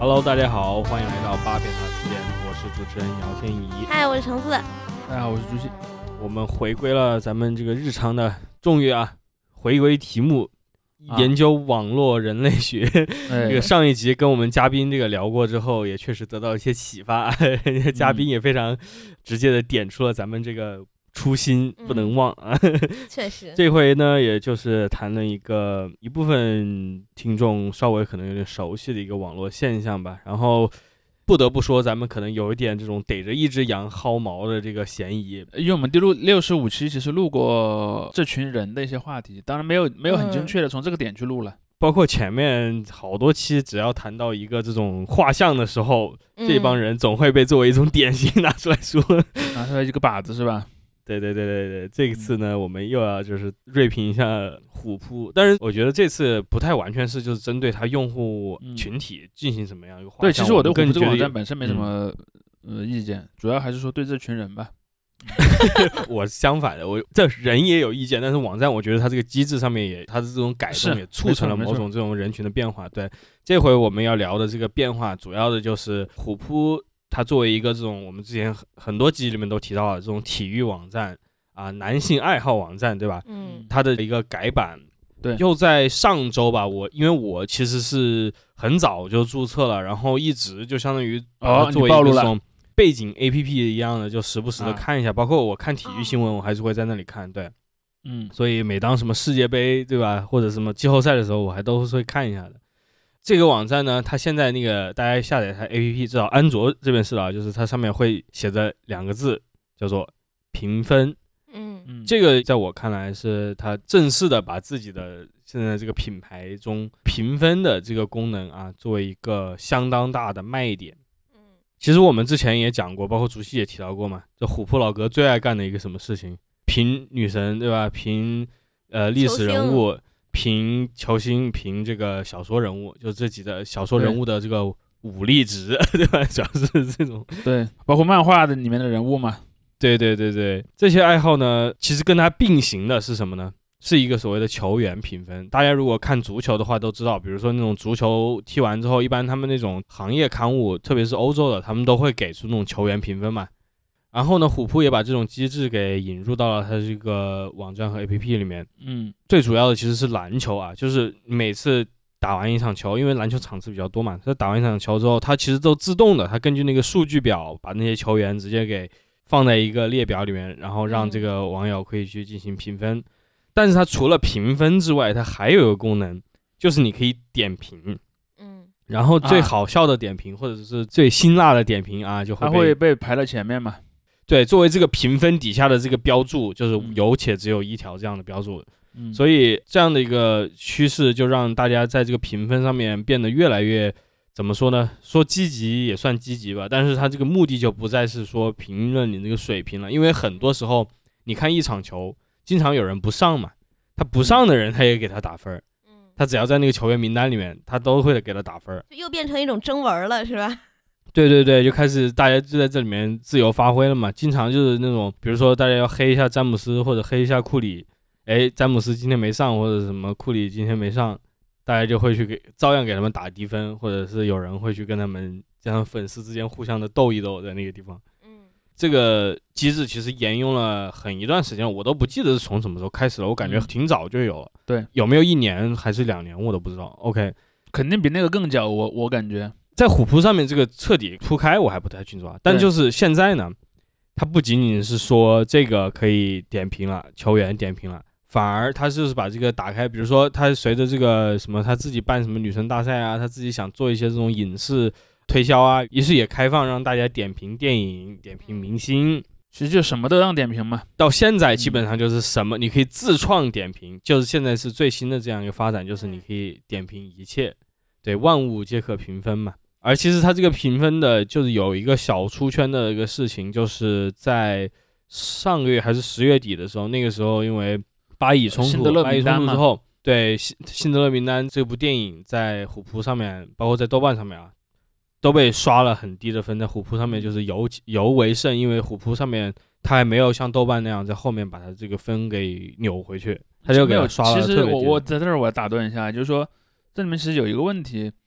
Hello， 大家好，欢迎来到八片塔词典，我是主持人姚天怡。 嗨，我是橙子。 大家好，我是朱熹。 我们回归了咱们这个日常的，终于回归题目，研究网络人类学。这个上一集跟我们嘉宾这个聊过之后，也确实得到一些启发，嘉宾也非常直接的点出了咱们这个初心不能忘啊。 确实， 这回呢，也就是谈了一部分听众稍微可能有点熟悉的一个网络现象吧。然后不得不说，咱们可能有一点这种逮着一只羊薅毛的这个嫌疑， 因为我们第65期其实录过这群人的一些话题，当然没有很精确的从这个点去录了。 包括前面好多期，只要谈到一个这种画像的时候，这帮人总会被作为一种典型拿出来说， 拿出来一个靶子是吧？ 对，这一次呢，我们又要就是锐评一下虎扑，但是我觉得这次不太完全是就是针对他用户群体进行什么样一个画像。 对，其实我对虎扑这个网站本身没什么意见，主要还是说对这群人吧。 我相反的，我这人也有意见，但是网站我觉得它这个机制上面它的这种改动也促成了某种这种人群的变化。对，这回我们要聊的这个变化，主要的就是虎扑。它作为一个这种我们之前很多集里面都提到的这种体育网站男性爱好网站，对吧？它的一个改版， 对， 又在上周吧，因为我其实是很早就注册了，然后一直就相当于作为一个这种背景 APP 一样的，就时不时的看一下，包括我看体育新闻，我还是会在那里看，对，所以每当什么世界杯，对吧，或者什么季后赛的时候，我还都会看一下的。这个网站呢，它现在那个大家下载它 APP， 至少安卓这边是的，就是它上面会写着2个字，叫做评分。这个在我看来是它正式的把自己的现在这个品牌中评分的这个功能作为一个相当大的卖点。其实我们之前也讲过，包括竹溪也提到过嘛，这虎扑老哥最爱干的一个什么事情，评女神，对吧？评历史人物。评球星，评这个小说人物，就这几个小说人物的这个武力值，对吧？主要是这种， 对，包括漫画的里面的人物嘛。 对，这些爱好呢，其实跟它并行的是什么呢？是一个所谓的球员评分。大家如果看足球的话，都知道，比如说那种足球踢完之后，一般他们那种行业刊物，特别是欧洲的，他们都会给出那种球员评分嘛。然后呢，虎扑也把这种机制给引入到了它这个网站和 APP 里面。最主要的其实是篮球就是每次打完一场球，因为篮球场次比较多嘛，它打完一场球之后，它其实都自动的，它根据那个数据表把那些球员直接给放在一个列表里面，然后让这个网友可以去进行评分。但是它除了评分之外，它还有一个功能，就是你可以点评。然后最好笑的点评，或者是最辛辣的点评就它会被排到前面嘛。 对，作为这个评分底下的这个标注，就是有且只有1条这样的标注，所以这样的一个趋势就让大家在这个评分上面变得越来越怎么说呢？说积极也算积极吧，但是它这个目的就不再是说评论你这个水平了，因为很多时候你看一场球，经常有人不上嘛，他不上的人他也给他打分，他只要在那个球员名单里面，他都会给他打分， 又变成一种征文了，是吧？ 对，就开始大家就在这里面自由发挥了嘛。经常就是那种，比如说大家要黑一下詹姆斯或者黑一下库里，詹姆斯今天没上或者什么库里今天没上，大家就会去照样给他们打低分，或者是有人会去跟他们这样粉丝之间互相的斗一斗在那个地方。这个机制其实沿用了很一段时间，我都不记得是从什么时候开始了，我感觉挺早就有了。 对， 有没有1年还是2年我都不知道。OK， 肯定比那个更早，我感觉。 在虎扑上面这个彻底铺开我还不太清楚但就是现在呢，它不仅仅是说这个可以点评了，球员点评了，反而它就是把这个打开，比如说它随着这个什么他自己办什么女神大赛他自己想做一些这种影视推销于是也开放让大家点评电影，点评明星， 其实就什么都让点评嘛。 到现在基本上就是什么你可以自创点评，就是现在是最新的这样一个发展，就是你可以点评一切，对，万物皆可评分嘛。而其实它这个评分的就是有一个小出圈的一个事情，就是在上个月还是10月底的时候，那个时候因为巴以冲突之后，对，辛德勒名单这部电影在虎扑上面，包括在豆瓣上面都被刷了很低的分，在虎扑上面就是尤为甚，因为虎扑上面它还没有像豆瓣那样在后面把它这个分给扭回去，它就给它刷了特别低。 其实我在这儿我打断一下，就是说这里面其实有一个问题。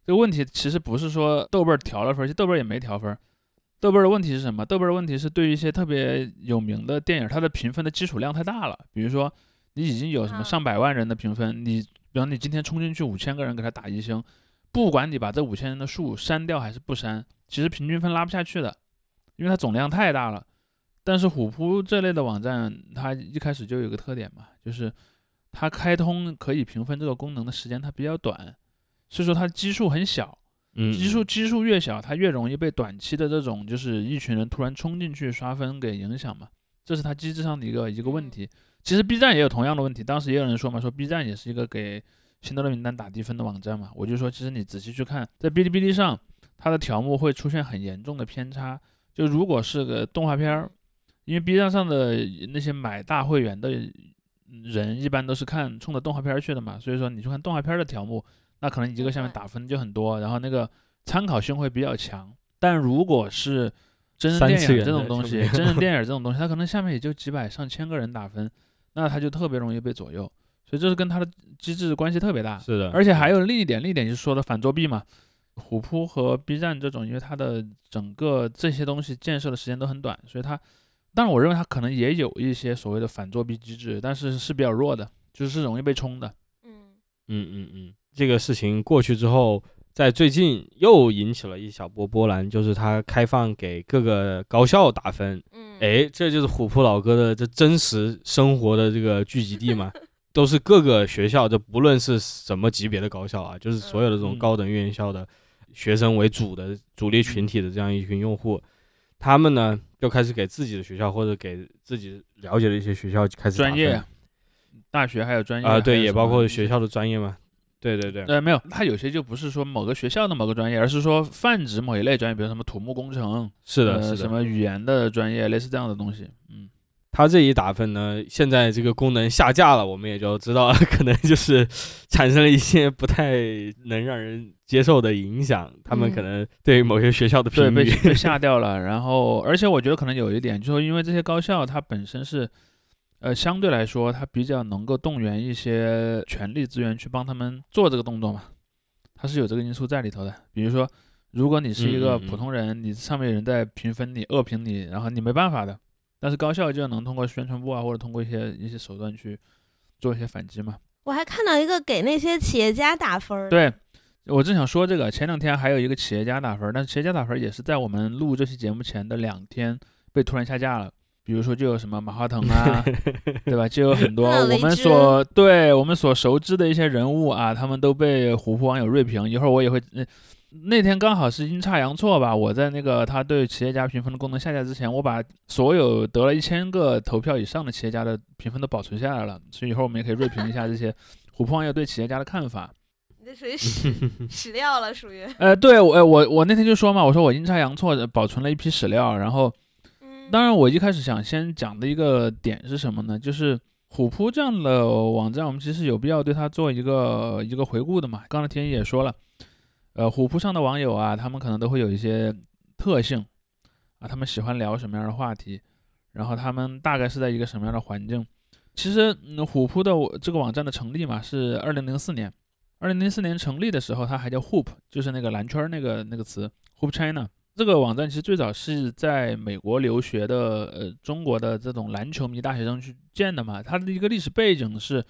这个问题其实不是说豆瓣调了分，其实豆瓣也没调分。豆瓣的问题是什么？豆瓣的问题是对于一些特别有名的电影，它的评分的基础量太大了。比如说你已经有什么上百万人的评分，比方你今天冲进去5000个人给他打1星，不管你把这5000人的数删掉还是不删，其实平均分拉不下去的，因为它总量太大了。但是虎扑这类的网站，它一开始就有个特点嘛，就是它开通可以评分这个功能的时间它比较短，所以说它基数很小，基数越小，它越容易被短期的这种就是一群人突然冲进去刷分给影响嘛，这是它机制上的一个问题。其实 B 站也有同样的问题，当时也有人说嘛，说 B 站也是一个给辛德勒名单打低分的网站嘛，我就说其实你仔细去看，在哔哩哔哩上，它的条目会出现很严重的偏差，就如果是个动画片，因为 B 站上的那些买大会员的人一般都是冲着动画片去的嘛，所以说你去看动画片的条目，那可能你这个下面打分就很多，然后那个参考性会比较强。但如果是真人电影这种东西，它可能下面也就几百上千个人打分，那它就特别容易被左右，所以这是跟它的机制关系特别大。 是的， 而且还有另一点就是说的反作弊嘛，虎扑和 B 站这种，因为它的整个这些东西建设的时间都很短，所以它当然我认为它可能也有一些所谓的反作弊机制，但是是比较弱的，就是容易被冲的。 这个事情过去之后，在最近又引起了一小波波澜，就是它开放给各个高校打分。这就是虎扑老哥的这真实生活的这个聚集地嘛，都是各个学校，这不论是什么级别的高校啊，就是所有的这种高等院校的学生为主的主力群体的这样一群用户，他们呢就开始给自己的学校或者给自己了解的一些学校开始打分， 专业大学还有专业对，也包括学校的专业嘛。对， 没有，它有些就不是说某个学校的某个专业，而是说泛指某一类专业，比如什么土木工程， 是的， 什么语言的专业，类似这样的东西。 它这一打分呢，现在这个功能下架了，我们也就知道可能就是产生了一些不太能让人接受的影响，他们可能对于某些学校的评语被下掉了。然后，而且我觉得可能有一点，就是因为这些高校它本身是相对来说，它比较能够动员一些权力资源去帮他们做这个动作嘛，它是有这个因素在里头的。比如说，如果你是一个普通人，你上面有人在评分你、恶评你，然后你没办法的，但是高校就能通过宣传部啊，或者通过一些手段去做一些反击嘛。 我还看到一个给那些企业家打分， 对，我正想说这个，前2天还有一个企业家打分，但是企业家打分也是在我们录这期节目前的2天被突然下架了。比如说就有什么马化腾啊，对吧？就有很多我们所熟知的一些人物啊，他们都被虎扑网友锐评。一会儿我也会，那天刚好是阴差阳错吧，我在那个他对企业家评分的功能下架之前，我把所有得了1000个投票以上的企业家的评分都保存下来了，所以一会儿我们也可以锐评一下这些虎扑网友对企业家的看法。 你这属于史料了，属于。 对，我那天就说嘛，我说我阴差阳错保存了一批史料，然后。当然，我一开始想先讲的一个点是什么呢？就是虎扑这样的网站，我们其实有必要对它做一个回顾的嘛。刚才田一也说了，虎扑上的网友啊，他们可能都会有一些特性啊，他们喜欢聊什么样的话题，然后他们大概是在一个什么样的环境。其实，虎扑的这个网站的成立嘛，是2004年。2004年成立的时候，它还叫 Hoop， 就是那个篮圈那个词 Hoop China。这个网站其实最早是在美国留学的中国的这种篮球迷大学生去建的嘛。它的一个历史背景是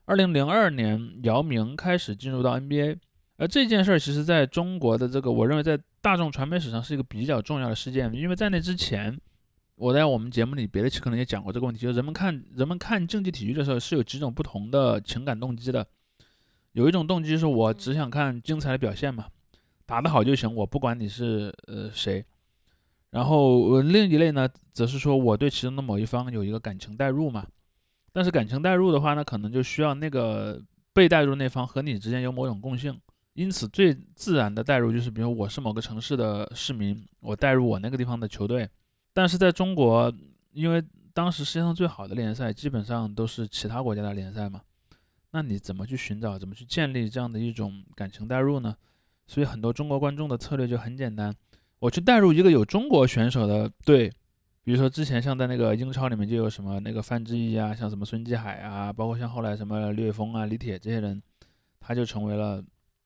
2002年姚明开始进入到 NBA， 这件事儿其实在中国的这个我认为在大众传媒史上是一个比较重要的事件，因为在那之前，我在我们节目里别的期可能也讲过这个问题，就是人们看竞技体育的时候是有几种不同的情感动机的，有一种动机是我只想看精彩的表现嘛。打得好就行，我不管你是谁。然后另一类呢，则是说我对其中的某一方有一个感情代入嘛。但是感情代入的话呢，可能就需要那个被代入那方和你之间有某种共性。因此最自然的代入就是，比如我是某个城市的市民，我代入我那个地方的球队。但是在中国，因为当时世界上最好的联赛基本上都是其他国家的联赛嘛，那你怎么去寻找，怎么去建立这样的一种感情代入呢？所以很多中国观众的策略就很简单，我去带入一个有中国选手的队，比如说之前像在那个英超里面就有什么那个范志毅啊，像什么孙继海啊，包括像后来什么刘伟峰啊、李铁这些人，他就成为了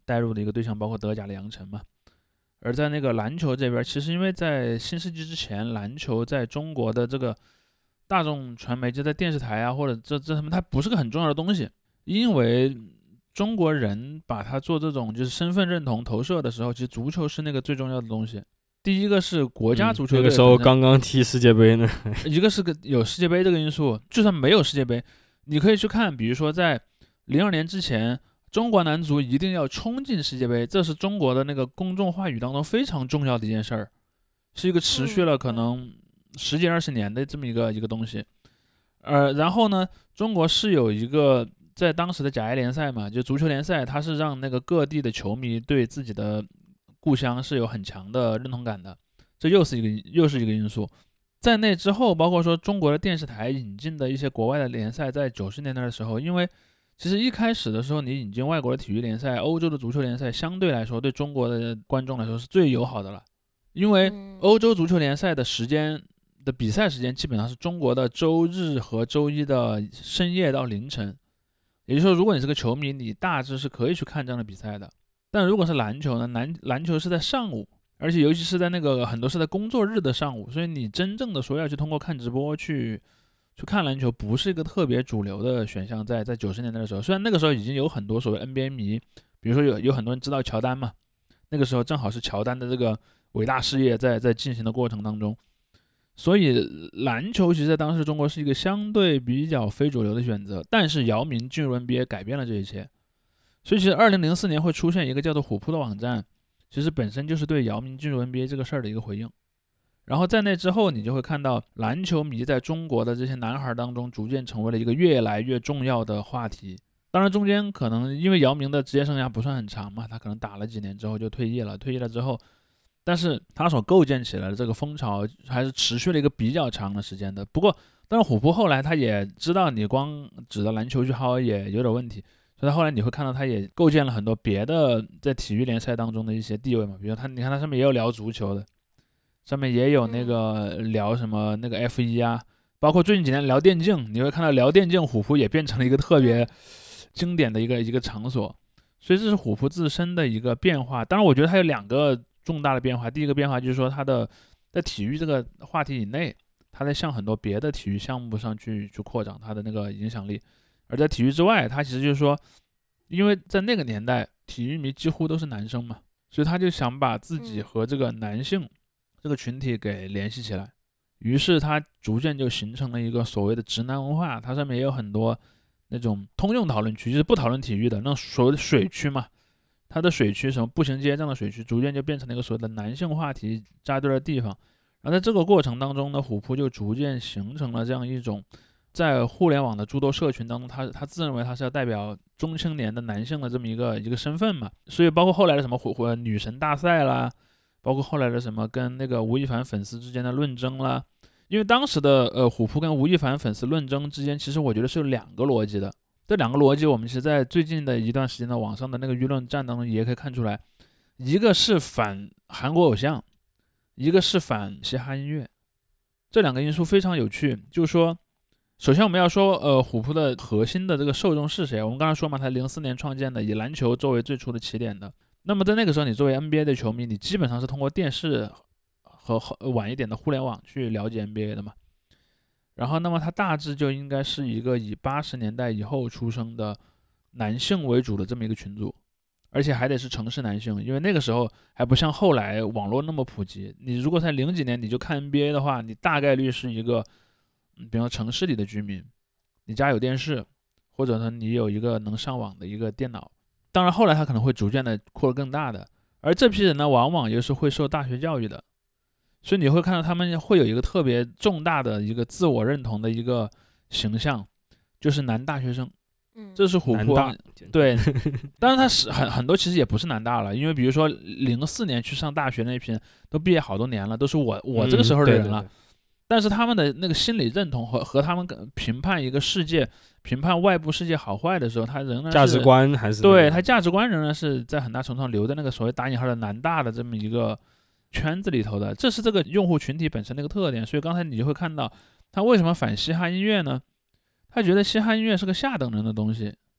带入的一个对象包括德甲的杨晨嘛。而在那个篮球这边，其实因为在新世纪之前，篮球在中国的这个大众传媒，就在电视台啊，或者这什么，它不是个很重要的东西，因为中国人把它做这种就是身份认同投射的时候，其实足球是那个最重要的东西。第一个是国家足球队， 那个时候刚刚踢世界杯呢， 一个是有世界杯这个因素，就算没有世界杯，你可以去看，比如说在02年之前，中国男足一定要冲进世界杯，这是中国的那个公众话语当中非常重要的一件事儿，是一个持续了可能10几20年的这么一个东西。然后呢，中国是有一个在当时的甲 A 联赛嘛，就足球联赛，它是让那个各地的球迷对自己的故乡是有很强的认同感的，这又是一个因素。在那之后，包括说中国的电视台引进的一些国外的联赛，在90年代的时候，因为其实一开始的时候，你引进外国的体育联赛，欧洲的足球联赛相对来说对中国的观众来说是最友好的了，因为欧洲足球联赛的比赛时间基本上是中国的周日和周一的深夜到凌晨，也就是说，如果你是个球迷，你大致是可以去看这样的比赛的。但如果是篮球呢，篮球是在上午，而且尤其是在那个很多是在工作日的上午，所以你真正的说要去通过看直播去看篮球，不是一个特别主流的选项。在90年代的时候，虽然那个时候已经有很多所谓 NBA 迷，比如说有很多人知道乔丹嘛，那个时候正好是乔丹的这个伟大事业在进行的过程当中，所以篮球其实在当时中国是一个相对比较非主流的选择。但是姚明进入 NBA 改变了这一切，所以其实2004年会出现一个叫做虎扑的网站，其实本身就是对姚明进入 NBA 这个事儿的一个回应。然后在那之后，你就会看到篮球迷在中国的这些男孩当中逐渐成为了一个越来越重要的话题。当然中间可能因为姚明的职业生涯不算很长嘛，他可能打了几年之后就退役了之后，但是他所构建起来的这个风潮还是持续了一个比较长的时间的。不过当然虎扑后来他也知道你光指着篮球去薅也有点问题，所以后来你会看到他也构建了很多别的在体育联赛当中的一些地位嘛，比如你看他上面也有聊足球的，上面也有那个聊什么那个 F1啊，包括最近几年聊电竞，你会看到聊电竞虎扑也变成了一个特别经典的一个场所。所以这是虎扑自身的一个变化。当然我觉得它有2个重大的变化，第一个变化就是说它的在体育这个话题以内，它在向很多别的体育项目上去扩展它的那个影响力。而在体育之外，它其实就是说，因为在那个年代体育迷几乎都是男生嘛，所以他就想把自己和这个男性这个群体给联系起来，于是他逐渐就形成了一个所谓的直男文化。它上面也有很多那种通用讨论区，就是不讨论体育的那种所谓的水区嘛，它的水区什么步行街这样的水区逐渐就变成了一个所谓的男性话题扎堆的地方。然后在这个过程当中呢，虎扑就逐渐形成了这样一种在互联网的诸多社群当中，他自认为他是要代表中青年的男性的这么一个身份嘛。所以包括后来的什么女神大赛啦，包括后来的什么跟那个吴亦凡粉丝之间的论争啦，因为当时的虎扑跟吴亦凡粉丝论争之间，其实我觉得是有2个逻辑的。这2个逻辑我们其实在最近的一段时间的网上的那个舆论战当中也可以看出来，一个是反韩国偶像，一个是反嘻哈音乐。这2个因素非常有趣，就是说首先我们要说虎扑的核心的这个受众是谁。我们刚才说嘛，他04年创建的，以篮球作为最初的起点的。那么在那个时候，你作为 NBA 的球迷，你基本上是通过电视和晚一点的互联网去了解 NBA 的嘛。然后那么它大致就应该是一个以80年代以后出生的男性为主的这么一个群组，而且还得是城市男性，因为那个时候还不像后来网络那么普及。你如果在00几年你就看 NBA 的话，你大概率是一个比方城市里的居民，你家有电视，或者呢你有一个能上网的一个电脑。当然后来他可能会逐渐的扩得更大的，而这批人呢往往又是会受大学教育的，所以你会看到他们会有一个特别重大的一个自我认同的一个形象，就是男大学生。这是虎扑对，当然他是很多其实也不是南大了，因为比如说04年去上大学那批人都毕业好多年了，都是我这个时候的人了。 对， 但是他们的那个心理认同和他们评判一个世界、评判外部世界好坏的时候，他仍然是价值观还是对他价值观仍然是在很大程度上留在那个所谓打引号的南大的这么一个圈子里头的，这是这个用户群体本身的一个特点。所以刚才你就会看到他为什么反嘻哈音乐呢？他觉得嘻哈音乐是个下等人的东西，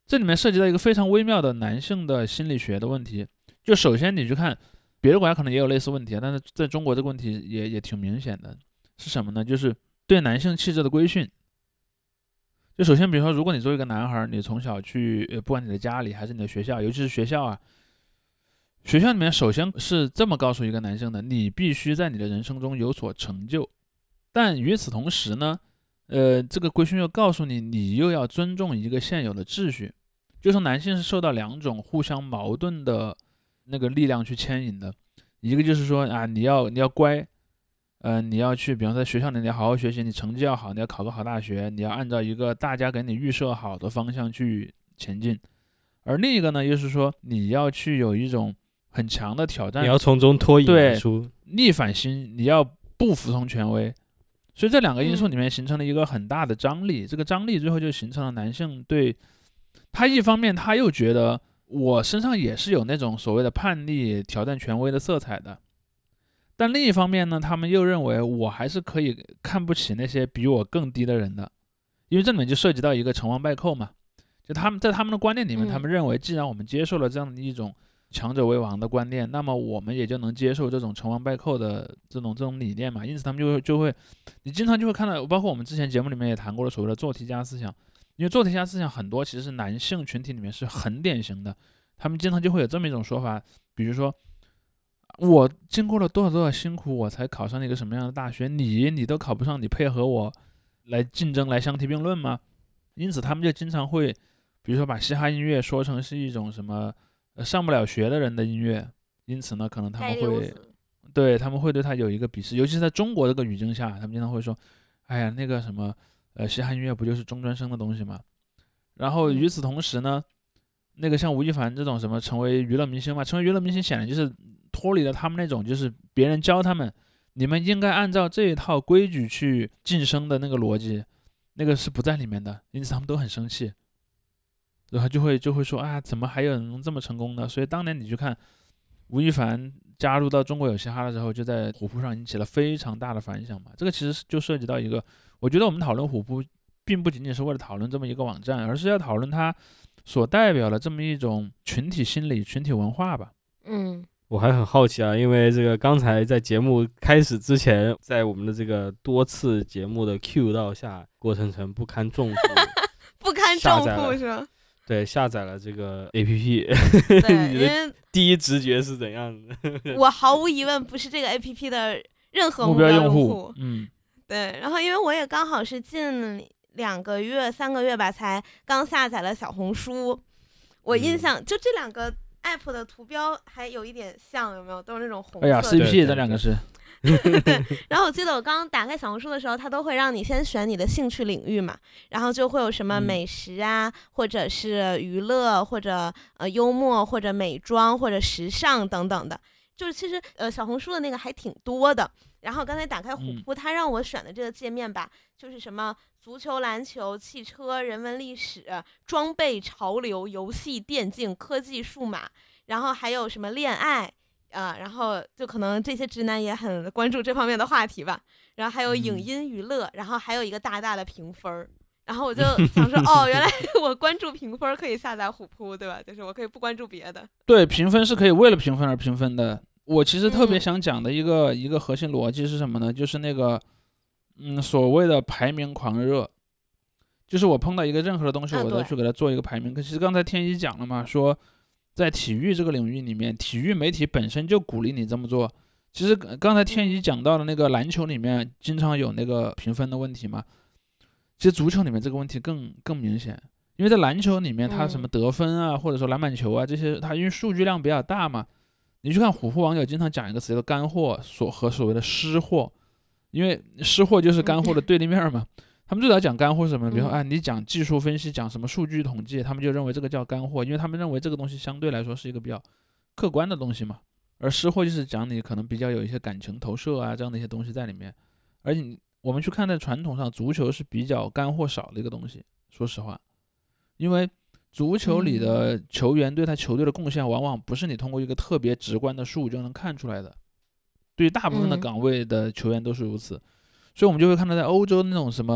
这里面涉及到一个非常微妙的男性的心理学的问题。就首先你去看别的国家可能也有类似问题，但是在中国这个问题也挺明显的，是什么呢？就是对男性气质的规训。就首先比如说，如果你作为一个男孩，你从小去不管你的家里还是你的学校，尤其是学校啊，学校里面首先是这么告诉一个男性的，你必须在你的人生中有所成就。但与此同时呢，这个规训又告诉你，你又要尊重一个现有的秩序。就是男性是受到2种互相矛盾的那个力量去牵引的，一个就是说啊，你要乖，你要去，比方在学校里你要好好学习，你成绩要好，你要考个好大学，你要按照一个大家给你预设好的方向去前进。而另一个呢，又是说你要去有一种很强的挑战， 你要从中脱颖而出， 逆反心，你要不服从权威。所以这2个因素里面形成了一个很大的张力，这个张力最后就形成了男性对他一方面他又觉得我身上也是有那种所谓的叛逆挑战权威的色彩的，但另一方面呢，他们又认为我还是可以看不起那些比我更低的人的，因为这里面就涉及到一个成王败寇嘛。就他们在他们的观念里面，他们认为既然我们接受了这样的一种强者为王的观念，那么我们也就能接受这种成王败寇的这种理念嘛。因此他们就会你经常就会看到，包括我们之前节目里面也谈过了所谓的做题家思想。因为做题家思想很多其实是男性群体里面是很典型的，他们经常就会有这么一种说法，比如说我经过了多少辛苦我才考上了一个什么样的大学，你都考不上，你配合我来竞争来相提并论吗？因此他们就经常会比如说把嘻哈音乐说成是一种什么上不了学的人的音乐，因此呢可能他们会对他有一个鄙视，尤其是在中国这个语境下，他们经常会说哎呀那个什么嘻哈音乐不就是中专生的东西吗？然后与此同时呢，那个像吴亦凡这种什么成为娱乐明星嘛，成为娱乐明星显然就是脱离了他们那种就是别人教他们你们应该按照这一套规矩去晋升的那个逻辑，那个是不在里面的，因此他们都很生气，然后就会说啊，怎么还有人能这么成功呢？所以当年你去看吴亦凡加入到中国有嘻哈的时候，就在虎扑上引起了非常大的反响嘛。这个其实就涉及到一个，我觉得我们讨论虎扑并不仅仅是为了讨论这么一个网站，而是要讨论它所代表的这么一种群体心理、群体文化吧。 我还很好奇啊，因为这个刚才在节目开始之前，在我们的这个多次节目的 Q 到下，郭晨晨不堪重负， 不堪重负是吧？ 对，下载了这个 APP。 对，因为第一直觉是怎样的？ 我毫无疑问不是这个 APP 的任何目标用户。 对，然后因为我也刚好是近2个月、3个月吧，才刚下载了小红书。我印象就这2个 app 的图标还有一点像，有没有？都是那种红色的。 哎呀 ，CP 这2个是。 对，然后我记得我刚打开小红书的时候，它都会让你先选你的兴趣领域嘛，然后就会有什么美食啊，或者是娱乐，或者幽默，或者美妆，或者时尚等等的。就是其实小红书的那个还挺多的。然后刚才打开虎扑，它让我选的这个界面吧，就是什么足球、篮球、汽车、人文历史、装备、潮流、游戏、电竞、科技、数码，然后还有什么恋爱。然后就可能这些直男也很关注这方面的话题吧，然后还有影音娱乐，然后还有一个大大的评分，然后我就想说哦，原来我关注评分可以下载虎扑，对吧？就是我可以不关注别的。 对，评分是可以为了评分而评分的。我其实特别想讲的一个核心逻辑是什么呢？就是那个所谓的排名狂热，就是我碰到一个任何的东西，我都去给它做一个排名。可其实刚才天一讲了嘛，说在体育这个领域里面，体育媒体本身就鼓励你这么做。其实刚才天一讲到的那个篮球里面经常有那个评分的问题嘛，其实足球里面这个问题更明显，因为在篮球里面它什么得分啊，或者说篮板球啊这些，它因为数据量比较大嘛。你去看虎扑网友经常讲一个词叫干货和所谓的湿货，因为湿货就是干货的对立面嘛。他们最早讲干货是什么？比如说你讲技术分析，讲什么数据统计，他们就认为这个叫干货，因为他们认为这个东西相对来说是一个比较客观的东西嘛。而湿货就是讲你可能比较有一些感情投射啊这样的一些东西在里面。而且我们去看在传统上，足球是比较干货少的一个东西，说实话，因为足球里的球员对他球队的贡献往往不是你通过一个特别直观的数就能看出来的，对于大部分的岗位的球员都是如此。所以我们就会看到在欧洲那种什么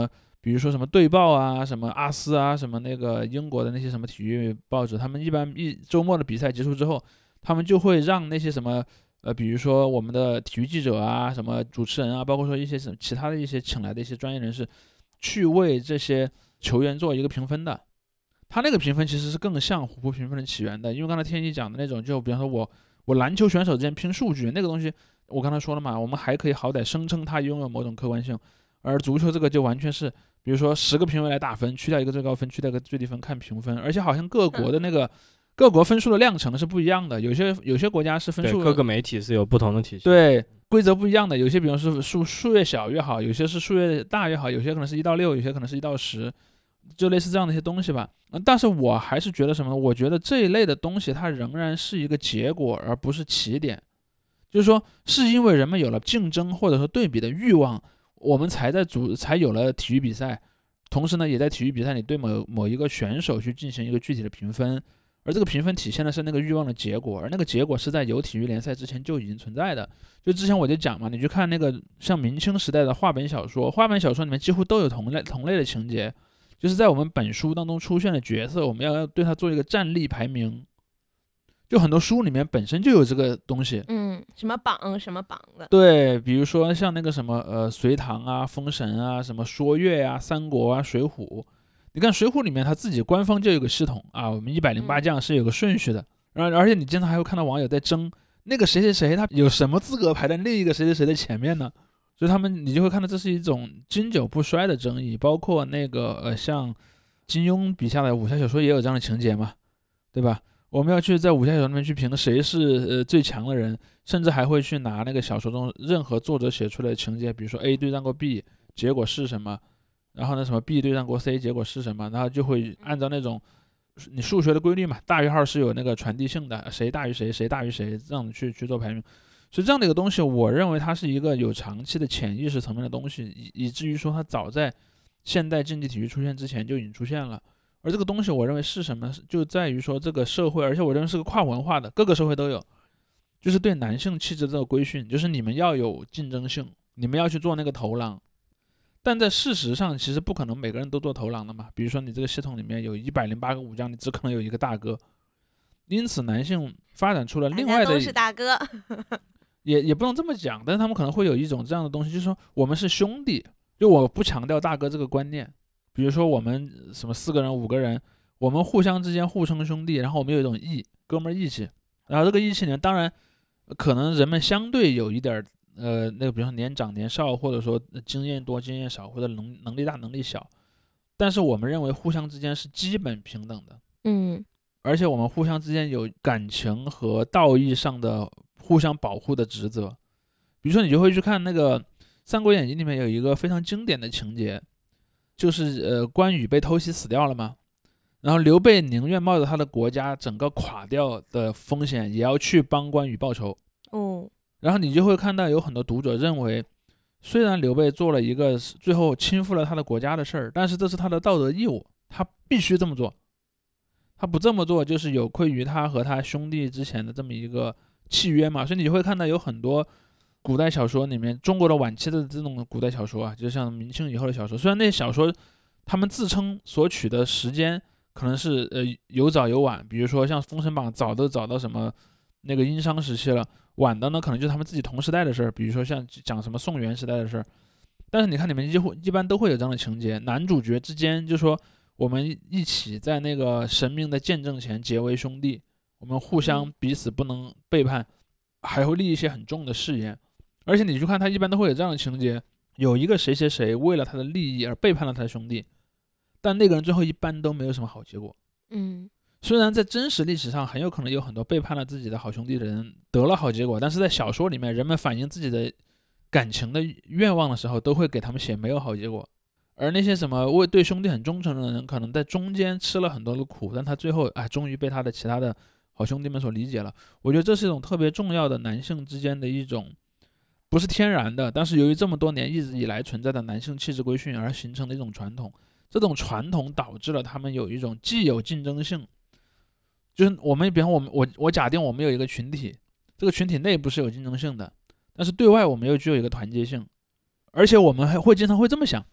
比如说什么队报啊，什么阿斯啊，什么那个英国的那些什么体育报纸，他们一般周末的比赛结束之后，他们就会让那些什么比如说我们的体育记者啊，什么主持人啊，包括说一些什么其他的一些请来的一些专业人士，去为这些球员做一个评分的。他那个评分其实是更像虎扑评分的起源的，因为刚才天一讲的那种，就比方说我篮球选手之间拼数据那个东西，我刚才说了嘛，我们还可以好歹声称它拥有某种客观性，而足球这个就完全是，比如说10个评委来打分，去掉一个最高分，去掉一个最低分看评分，而且好像各国的那个各国分数的量程是不一样的，有些国家是分数， 对，各个媒体是有不同的体系， 对，规则不一样的，有些比方说数越小越好，有些是数越大越好，有些可能是1到6，有些可能是1到10，就类似这样的一些东西吧。但是我还是觉得什么，我觉得这一类的东西它仍然是一个结果，而不是起点。就是说，是因为人们有了竞争或者说对比的欲望，我们才有了体育比赛，同时呢，也在体育比赛里对某一个选手去进行一个具体的评分，而这个评分体现的是那个欲望的结果，而那个结果是在有体育联赛之前就已经存在的。就之前我就讲嘛，你去看那个像明清时代的话本小说里面几乎都有同类的情节，就是在我们本书当中出现的角色，我们要对它做一个战力排名。就很多书里面本身就有这个东西， 什么榜什么榜的， 对，比如说像那个什么隋唐啊、封神啊、什么说岳啊、三国啊、水浒，你看水浒里面他自己官方就有个系统啊，我们108将是有个顺序的，而且你经常还会看到网友在争那个谁谁谁他有什么资格排在另一个谁谁谁的前面呢？所以你就会看到这是一种经久不衰的争议，包括那个像金庸笔下的武侠小说也有这样的情节嘛，对吧？我们要去在武侠小说里面去评谁是最强的人，甚至还会去拿那个小说中任何作者写出来的情节，比如说 A 对战过 B， 结果是什么，然后呢什么 B 对战过 C， 结果是什么，然后就会按照那种你数学的规律嘛，大于号是有那个传递性的，谁大于谁，谁大于谁，这样去做排名。所以这样的一个东西，我认为它是一个有长期的潜意识层面的东西，以至于说它早在现代竞技体育出现之前就已经出现了。而这个东西我认为是什么，就在于说这个社会，而且我认为是个跨文化的，各个社会都有，就是对男性气质这个规训，就是你们要有竞争性，你们要去做那个头狼。但在事实上其实不可能每个人都做头狼的嘛，比如说你这个系统里面有108个武将，你只可能有一个大哥，因此男性发展出了另外的， 大家都是大哥也不能这么讲，但是他们可能会有一种这样的东西，就是说我们是兄弟，就我不强调大哥这个观念，比如说我们什么4个人5个人，我们互相之间互称兄弟，然后我们有一种哥们儿义气，然后这个义气呢，当然可能人们相对有一点那个比如说年长年少，或者说经验多经验少，或者能力大能力小，但是我们认为互相之间是基本平等的，而且我们互相之间有感情和道义上的互相保护的职责。比如说你就会去看那个《三国演义》里面有一个非常经典的情节，就是关羽被偷袭死掉了嘛，然后刘备宁愿冒着他的国家整个垮掉的风险，也要去帮关羽报仇。然后你就会看到有很多读者认为，虽然刘备做了一个最后倾覆了他的国家的事儿，但是这是他的道德义务，他必须这么做，他不这么做就是有愧于他和他兄弟之前的这么一个契约嘛。所以你会看到有很多古代小说里面，中国的晚期的这种古代小说啊，就像明清以后的小说，虽然那些小说他们自称所取的时间可能是有早有晚，比如说像《封神榜》早都早到什么那个殷商时期了，晚的呢可能就是他们自己同时代的事儿，比如说像讲什么宋元时代的事儿。但是你看里面一般都会有这样的情节，男主角之间就说我们一起在那个神明的见证前结为兄弟，我们互相彼此不能背叛，还会立一些很重的誓言。而且你去看他一般都会有这样的情节，有一个谁谁谁为了他的利益而背叛了他的兄弟，但那个人最后一般都没有什么好结果。虽然在真实历史上很有可能有很多背叛了自己的好兄弟的人得了好结果，但是在小说里面人们反映自己的感情的愿望的时候，都会给他们写没有好结果。而那些什么对兄弟很忠诚的人，可能在中间吃了很多的苦，但他最后终于被他的其他的好兄弟们所理解了。我觉得这是一种特别重要的男性之间的一种不是天然的，但是由于这么多年一直以来存在的男性气质规训而形成的一种传统。这种传统导致了他们有一种既有竞争性，就是我们比方我假定我们有一个群体，这个群体内部是有竞争性的，但是对外我们又具有一个团结性。而且我们还会经常会这么想，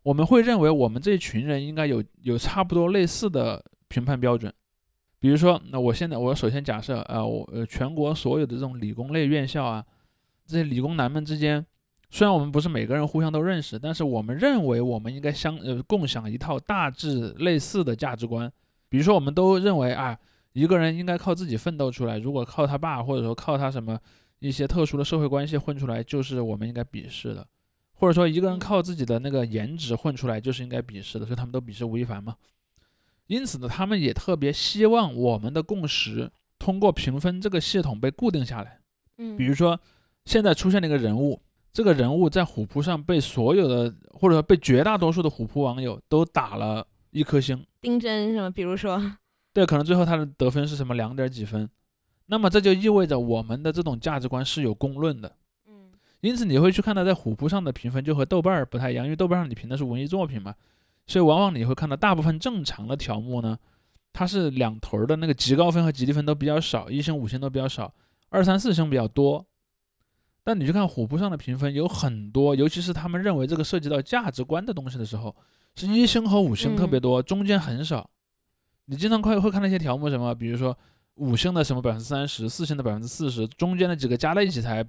我们会认为我们这一群人应该有差不多类似的评判标准。比如说，那我首先假设全国所有的这种理工类院校啊，这些理工男们之间，虽然我们不是每个人互相都认识，但是我们认为我们应该共享一套大致类似的价值观。比如说，我们都认为一个人应该靠自己奋斗出来，如果靠他爸或者说靠他什么一些特殊的社会关系混出来，就是我们应该鄙视的。或者说一个人靠自己的那个颜值混出来，就是应该鄙视的，所以他们都鄙视吴亦凡嘛。因此呢，他们也特别希望我们的共识通过评分这个系统被固定下来。比如说现在出现了一个人物，这个人物在虎扑上被所有的或者说被绝大多数的虎扑网友都打了1颗星。 丁真是吗？比如说， 对，可能最后他的得分是什么2点几分。那么这就意味着我们的这种价值观是有公论的。因此你会去看到在虎扑上的评分就和豆瓣不太一样，因为豆瓣上你评的是文艺作品嘛，所以往往你会看到大部分正常的条目呢，它是两头的那个极高分和极低分都比较少，1星5星都比较少，2、3、4星比较多。但你去看虎扑上的评分有很多，尤其是他们认为这个涉及到价值观的东西的时候，是1星和5星特别多，中间很少。你经常会看那些条目什么，比如说5星的什么30%，4星的40%，中间的几个加在一起才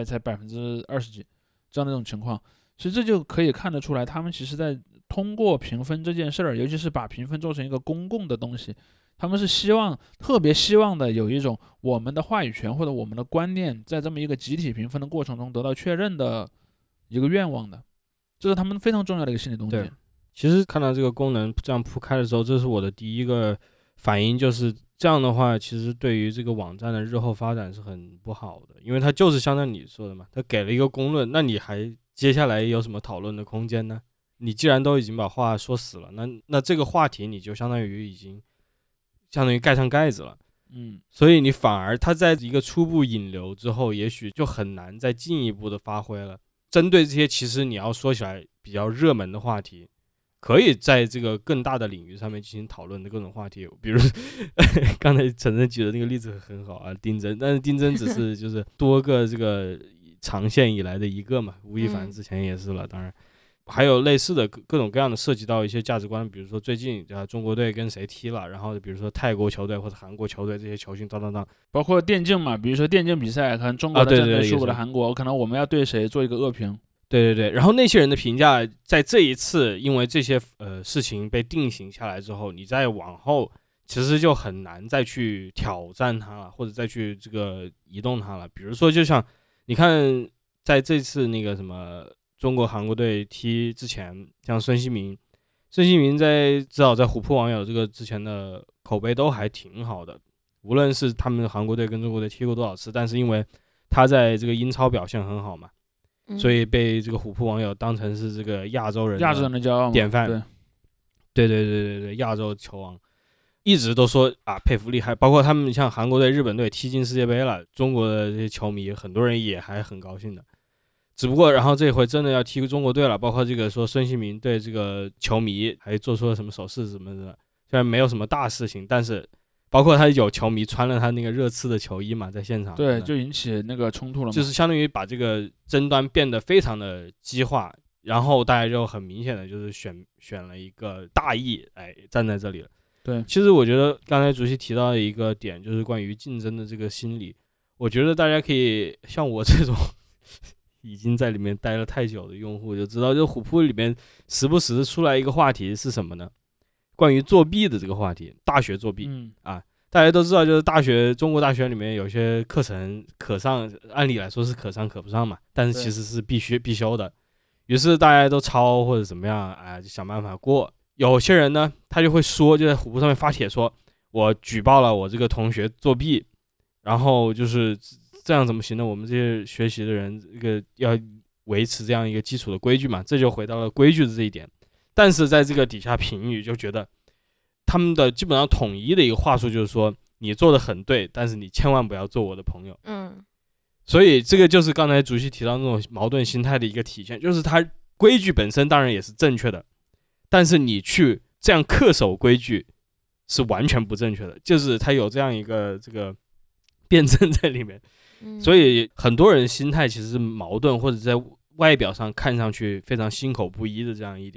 20%几，这样的一种情况。所以这就可以看得出来，他们其实在通过评分这件事儿，尤其是把评分做成一个公共的东西，他们是特别希望的有一种我们的话语权或者我们的观念在这么一个集体评分的过程中得到确认的一个愿望的，这是他们非常重要的一个心理动机。 其实看到这个功能这样铺开的时候，这是我的第一个反应，就是这样的话其实对于这个网站的日后发展是很不好的，因为它就是像你说的嘛，它给了一个公论，那你还接下来有什么讨论的空间呢？你既然都已经把话说死了，那这个话题你就相当于盖上盖子了。所以你反而它在一个初步引流之后，也许就很难再进一步的发挥了。针对这些其实你要说起来比较热门的话题，可以在这个更大的领域上面进行讨论的各种话题，比如刚才陈晨举的那个例子很好啊，丁真，但是丁真只是就是多个这个长线以来的一个嘛，吴亦凡之前也是了，当然还有类似的各种各样的涉及到一些价值观，比如说最近中国队跟谁踢了，然后比如说泰国球队或者韩国球队这些球星当， 包括电竞嘛，比如说电竞比赛，可能中国的战队输给了韩国，可能我们要对谁做一个恶评。 对，然后那些人的评价在这一次因为这些事情被定型下来之后，你再往后其实就很难再去挑战它了，或者再去这个移动它了。比如说就像你看在这次那个什么中国韩国队踢之前，像孙兴民至少在虎扑网友这个之前的口碑都还挺好的，无论是他们韩国队跟中国队踢过多少次，但是因为他在这个英超表现很好嘛，所以被这个虎扑网友当成是这个亚洲人的骄傲典范。对，亚洲球王，一直都说佩服厉害。包括他们像韩国队、日本队踢进世界杯了，中国的这些球迷很多人也还很高兴的。只不过然后这回真的要踢中国队了，包括这个说孙兴民对这个球迷还做出了什么手势什么的，虽然没有什么大事情，但是包括他有球迷穿了他那个热刺的球衣嘛，在现场， 对，就引起那个冲突了嘛， 就是相当于把这个争端变得非常的激化，然后大家就很明显的就是选了一个大义来站在这里了。 对， 其实我觉得刚才主席提到的一个点就是关于竞争的这个心理，我觉得大家可以像我这种已经在里面待了太久的用户就知道，就虎扑里面时不时出来一个话题是什么呢？关于作弊的这个话题，大学作弊大家都知道，就是中国大学里面有些课程可上，按理来说是可上可不上嘛，但是其实是必修的。于是大家都抄或者怎么样，就想办法过。有些人呢，他就会说，就在虎扑上面发帖说，我举报了我这个同学作弊，然后就是这样怎么行呢？我们这些学习的人，这个要维持这样一个基础的规矩嘛，这就回到了规矩的这一点。但是在这个底下评语就觉得，他们的基本上统一的一个话术就是说，你做的很对，但是你千万不要做我的朋友。所以这个就是刚才主席提到那种矛盾心态的一个体现，就是他规矩本身当然也是正确的，但是你去这样恪守规矩是完全不正确的，就是他有这样一个这个辩证在里面。所以很多人心态其实是矛盾，或者在外表上看上去非常心口不一的这样一点。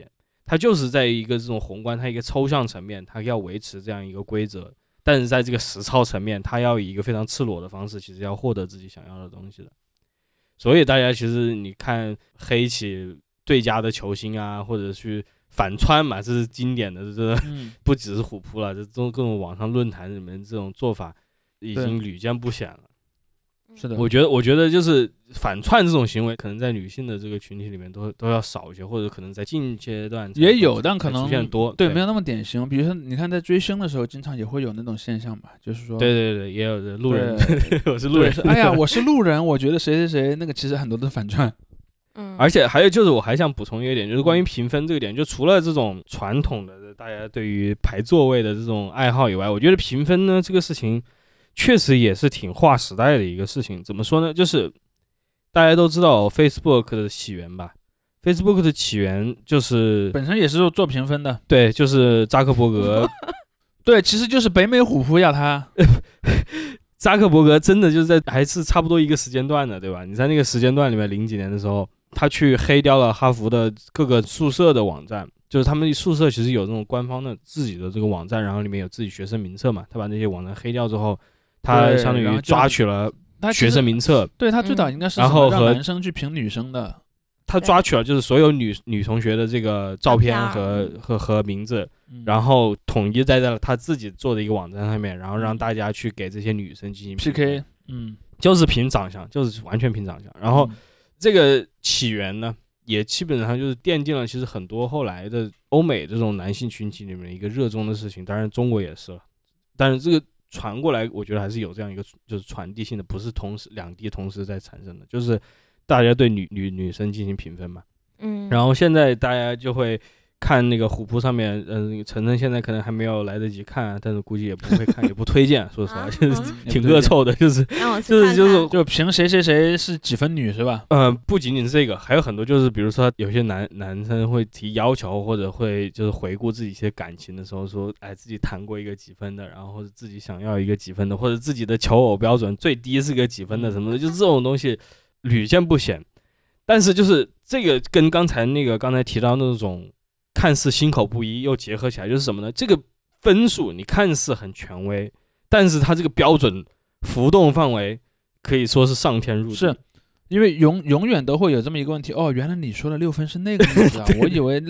它就是在一个这种宏观，它一个抽象层面，它要维持这样一个规则，但是在这个实操层面，它要以一个非常赤裸的方式，其实要获得自己想要的东西的。所以大家其实你看黑起对家的球星啊，或者去反串嘛，这是经典的，这不只是虎扑了，这种各种网上论坛里面这种做法已经屡见不鲜了。 是的， 我觉得就是反串这种行为，可能在女性的这个群体里面都要少一些，或者可能在近阶段也有，但可能出现多， 对，没有那么典型。比如说，你看在追星的时候，经常也会有那种现象吧，就是说， 对，也有的路人，我是路人， 哎呀，我是路人，我觉得谁谁谁那个其实很多都是反串。 而且还有就是，我还想补充一个点，就是关于评分这个点，就除了这种传统的大家对于排座位的这种爱好以外，我觉得评分呢这个事情确实也是挺划时代的一个事情。怎么说呢？就是大家都知道 Facebook 的起源吧 ，Facebook 的起源就是本身也是做评分的， 对，就是扎克伯格， 对，其实就是北美虎扑要他。 扎克伯格真的就是在还是差不多一个时间段的，对吧？你在那个时间段里面，00几年的时候。他去黑掉了哈佛的各个宿舍的网站，就是他们宿舍其实有这种官方的自己的这个网站，然后里面有自己学生名册嘛。他把那些网站黑掉之后，他相当于抓取了学生名册。 对，他最早应该是然后让男生去评女生的。 他抓取了就是所有女同学的这个照片和名字，然后统一在他自己做的一个网站上面，然后让大家去给这些女生进行 PK， 就是凭长相，就是完全凭长相，然后。这个起源呢，也基本上就是奠定了其实很多后来的欧美这种男性群体里面一个热衷的事情，当然中国也是了。但是这个传过来，我觉得还是有这样一个就是传递性的，不是两地同时在产生的，就是大家对女生进行评分嘛。然后现在大家就会看那个虎扑上面，晨晨现在可能还没有来得及看，但是估计也不会看，也不推荐。说实话，就是挺恶臭的，就是评谁谁谁是几分女是吧？ 不仅仅是这个，还有很多就是比如说有些男生会提要求，或者会就是回顾自己一些感情的时候说，哎，自己谈过一个几分的，然后或者自己想要一个几分的，或者自己的求偶标准最低是个几分的什么的，就是这种东西屡见不鲜。但是就是这个跟刚才提到那种。看似心口不一，又结合起来，就是什么呢？这个分数你看似很权威，但是它这个标准浮动范围可以说是上天入地。 是因为永远都会有这么一个问题哦，原来你说的6分是那个意思啊，我以为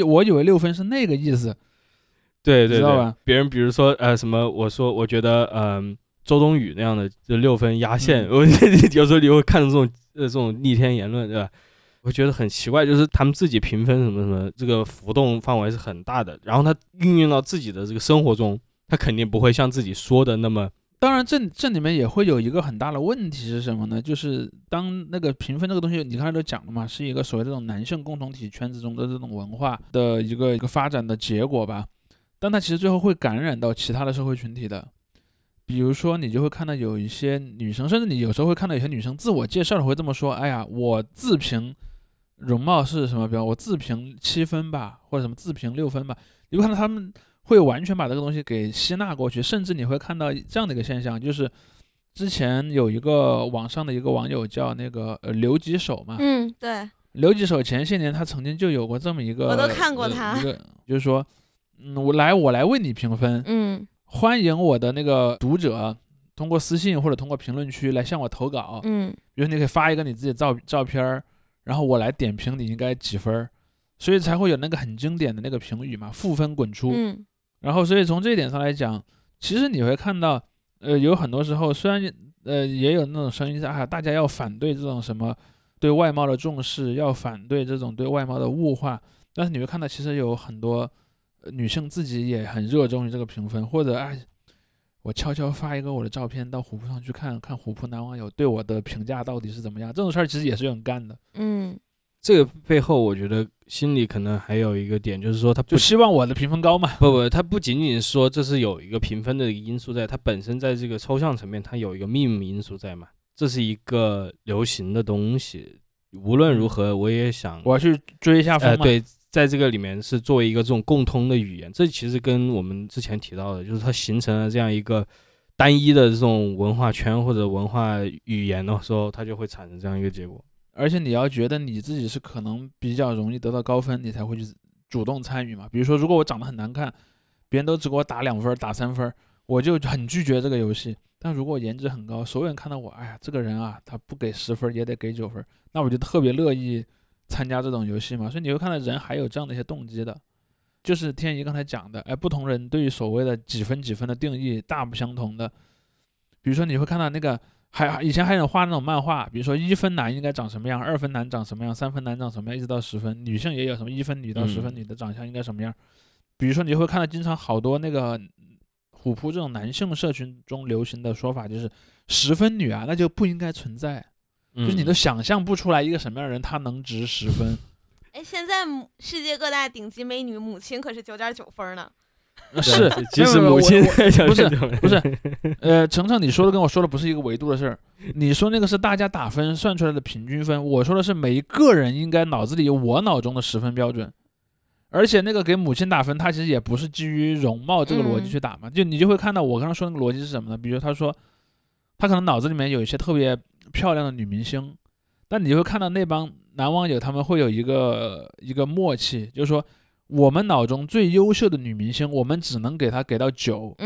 6分是那个意思。 对， 知道吧？ 别人比如说什么，我觉得周冬雨那样的就6分压线，我有时候你会看到这种逆天言论，对吧？我觉得很奇怪，就是他们自己评分什么什么，这个浮动范围是很大的，然后他运用到自己的这个生活中，他肯定不会像自己说的那么。 当然这里面也会有一个很大的问题是什么呢？就是当那个评分这个东西，你刚才都讲了嘛，是一个所谓这种男性共同体圈子中的这种文化的一个发展的结果吧，但它其实最后会感染到其他的社会群体的。比如说你就会看到有一些女生，甚至你有时候会看到有些女生自我介绍的会这么说，哎呀，我自评容貌是什么标？我自评7分吧，或者什么自评6分吧。你会看到他们会完全把这个东西给吸纳过去，甚至你会看到这样的一个现象，就是之前有一个网上的一个网友叫那个刘吉手嘛， 对， 刘吉手前些年他曾经就有过这么一个， 我都看过他， 一个就是说，我来为你评分，欢迎我的那个读者通过私信或者通过评论区来向我投稿，比如你可以发一个你自己的照片。然后我来点评你应该几分，所以才会有那个很经典的那个评语嘛，负分滚出。然后所以从这一点上来讲，其实你会看到，有很多时候虽然也有那种声音是大家要反对这种什么对外貌的重视，要反对这种对外貌的物化，但是你会看到其实有很多女性自己也很热衷于这个评分，或者我悄悄发一个我的照片到虎扑上去看看虎扑男网友对我的评价到底是怎么样，这种事儿其实也是有人干的。 这个背后我觉得心里可能还有一个点，就是说他就希望我的评分高嘛。 不，他不仅仅说这是有一个评分的一个因素在，他本身在这个抽象层面它有一个命名因素在嘛，这是一个流行的东西。无论如何我也想我要去追一下风嘛。 对，在这个里面是作为一个这种共通的语言，这其实跟我们之前提到的，就是它形成了这样一个单一的这种文化圈或者文化语言的时候，它就会产生这样一个结果。 而且你要觉得你自己是可能比较容易得到高分，你才会去主动参与嘛。比如说，如果我长得很难看，别人都只给我打2分、打3分，我就很拒绝这个游戏。但如果我颜值很高，所有人看到我，哎呀，这个人啊，他不给10分也得给9分，那我就特别乐意参加这种游戏嘛。所以你会看到人还有这样的一些动机的，就是天怡刚才讲的，哎，不同人对于所谓的几分几分的定义大不相同的。比如说你会看到那个以前还有画那种漫画，比如说1分男应该长什么样，2分男长什么样，3分男长什么样，一直到10分，女性也有什么1分女到10分女的长相应该什么样。比如说你会看到经常好多那个虎扑这种男性社群中流行的说法，就是10分女啊，那就不应该存在，就是你都想象不出来一个什么样的人他能值10分。 哎，现在世界各大顶级美女母亲可是9.9分呢。 是， 其实母亲不是，程程你说的跟我说的不是一个维度的事儿。你说那个是大家打分算出来的平均分，我说的是每一个人应该脑子里有我脑中的10分标准。而且那个给母亲打分，他其实也不是基于容貌这个逻辑去打嘛，就你就会看到我刚刚说那个逻辑是什么呢？比如他说他可能脑子里面有一些特别漂亮的女明星，但你就会看到那帮男网友他们会有一个默契，就是说我们脑中最优秀的女明星，我们只能给她给到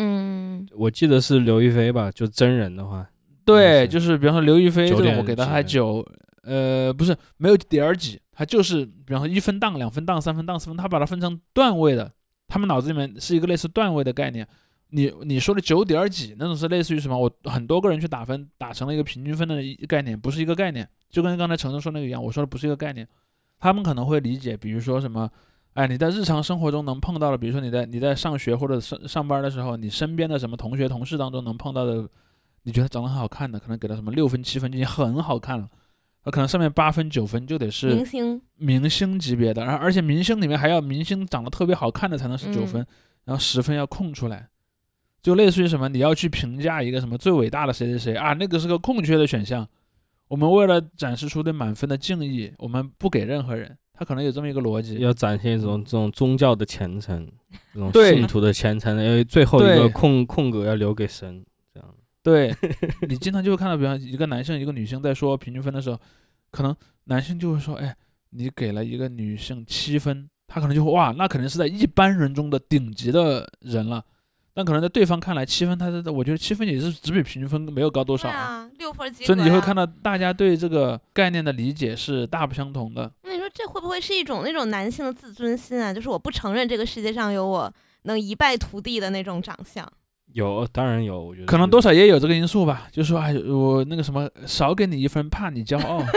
9。 我记得是刘亦菲吧，就真人的话， 对，就是比方说刘亦菲这种，我给到她9，不是没有点几，她就是比方说1分档、2分档、3分档、4分，她把它分成段位的，他们脑子里面是一个类似段位的概念。你说的9点几那种是类似于什么？我很多个人去打分，打成了一个平均分的概念，不是一个概念，就跟刚才程程说那个一样，我说的不是一个概念。他们可能会理解，比如说什么。哎，你在日常生活中能碰到的，比如说你在上学或者上班的时候，你身边的什么同学同事当中能碰到的，你觉得长得很好看的，可能给到什么6分7分就已经很好看了，可能上面8分9分就得是明星级别的，而且明星里面还要明星长得特别好看的才能是9分，然后10分要空出来，就类似于什么你要去评价一个什么最伟大的谁谁谁啊，那个是个空缺的选项，我们为了展示出对满分的敬意，我们不给任何人。他可能有这么一个逻辑， 要展现这种宗教的虔诚，这种信徒的虔诚，因为最后一个空格要留给神，这样。 对，你经常就会看到，比方一个男性一个女性在说平均分的时候，可能男性就会说，哎，你给了一个女性7分，他可能就会哇，那肯定是在一般人中的顶级的人了。但可能在对方看来7分，我觉得7分也是只比平均分没有高多少啊，6分及格。 所以你会看到大家对这个概念的理解是大不相同的。 那你说这会不会是一种那种男性的自尊心啊？就是我不承认这个世界上有我能一败涂地的那种长相。 有，当然有，我觉得可能多少也有这个因素吧。就是说，哎，我那个什么少给你1分，怕你骄傲。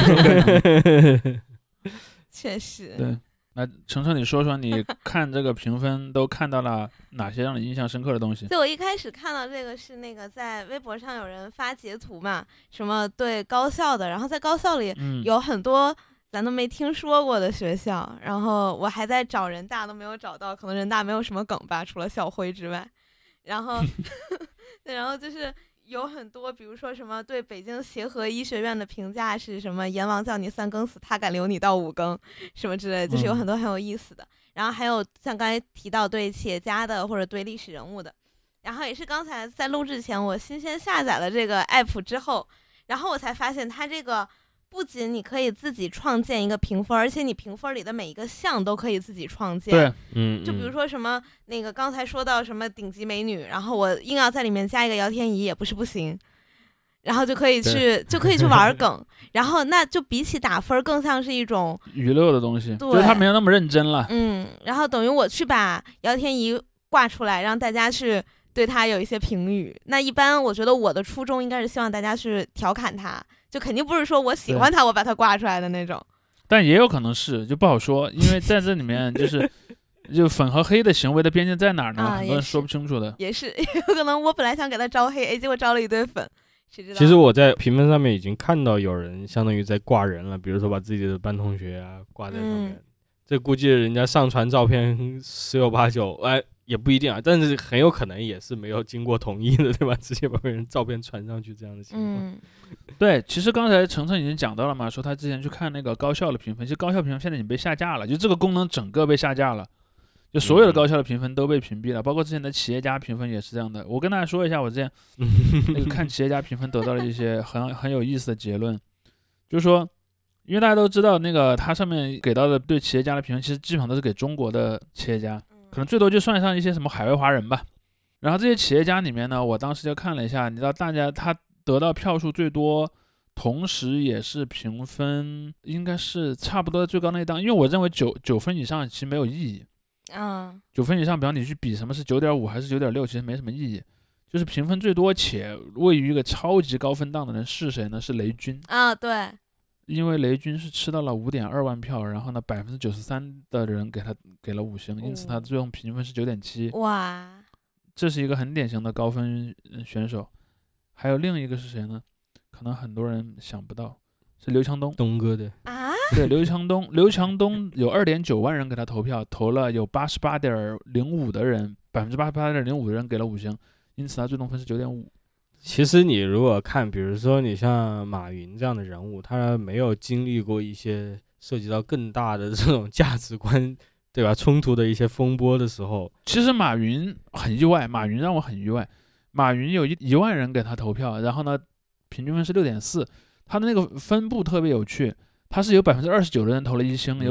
确实。 对。那程程，你说说你看这个评分都看到了哪些让你印象深刻的东西？ 就我一开始看到这个是那个在微博上有人发截图嘛，什么对高校的，然后在高校里有很多咱都没听说过的学校，然后我还在找人大都没有找到，可能人大没有什么梗吧，除了校徽之外，然后对，然后就是有很多，比如说什么对北京协和医学院的评价是什么阎王叫你3更死，他敢留你到5更什么之类的，就是有很多很有意思的。然后还有像刚才提到对企业家的或者对历史人物的，然后也是刚才在录制前我新鲜下载了这个 app 之后，然后我才发现它这个不仅你可以自己创建一个评分，而且你评分里的每一个项都可以自己创建。 对， 就比如说什么那个刚才说到什么顶级美女，然后我硬要在里面加一个姚天怡也不是不行，然后就可以去玩梗，然后那就比起打分更像是一种娱乐的东西，就是他没有那么认真了。 然后等于我去把姚天怡挂出来，让大家去对他有一些评语。那一般我觉得我的初衷应该是希望大家去调侃他，就肯定不是说我喜欢他我把他挂出来的那种。 但也有可能是就不好说，因为在这里面就是就粉和黑的行为的边界在哪儿呢？很多人说不清楚的。 也是有可能我本来想给他招黑，结果招了一堆粉。 其实我在评分上面已经看到有人相当于在挂人了，比如说把自己的班同学啊挂在上面，这估计人家上传照片10有8九，哎，也不一定啊，但是很有可能也是没有经过同意的，对吧？直接把别人照片传上去这样的情况。 对，其实刚才程程已经讲到了嘛，说他之前去看那个高校的评分，其实高校评分现在已经被下架了，就这个功能整个被下架了。就所有的高校的评分都被屏蔽了，包括之前的企业家评分也是这样的。我跟大家说一下，我之前那个看企业家评分得到了一些很有意思的结论，就是说因为大家都知道那个它上面给到的对企业家的评分，其实基本上都是给中国的企业家，可能最多就算上一些什么海外华人吧。然后这些企业家里面呢，我当时就看了一下，你知道大家他得到票数最多，同时也是评分应该是差不多最高那一档，因为我认为9分以上其实没有意义。9分以上，比方你去比什么是9.5还是9.6，其实没什么意义。就是评分最多且位于一个超级高分档的人是谁呢？是雷军对， 因为雷军是吃到了5.2万票，然后呢93%的人给了5星，因此他最终评分是9.7。 哇， 这是一个很典型的高分选手。还有另一个是谁呢？可能很多人想不到，是刘强东， 东哥的对，刘强东有2.9万人给他投票，投了有88.05%的人，88.05%的人给了5星，因此他最终分是9.5。 其实你如果看，比如说你像马云这样的人物，他没有经历过一些涉及到更大的这种价值观，对吧？冲突的一些风波的时候， 其实马云很意外，马云让我很意外。马云有1万人给他投票，然后呢，平均分是6.4，他的那个分布特别有趣。他是有29%的人投了1星，有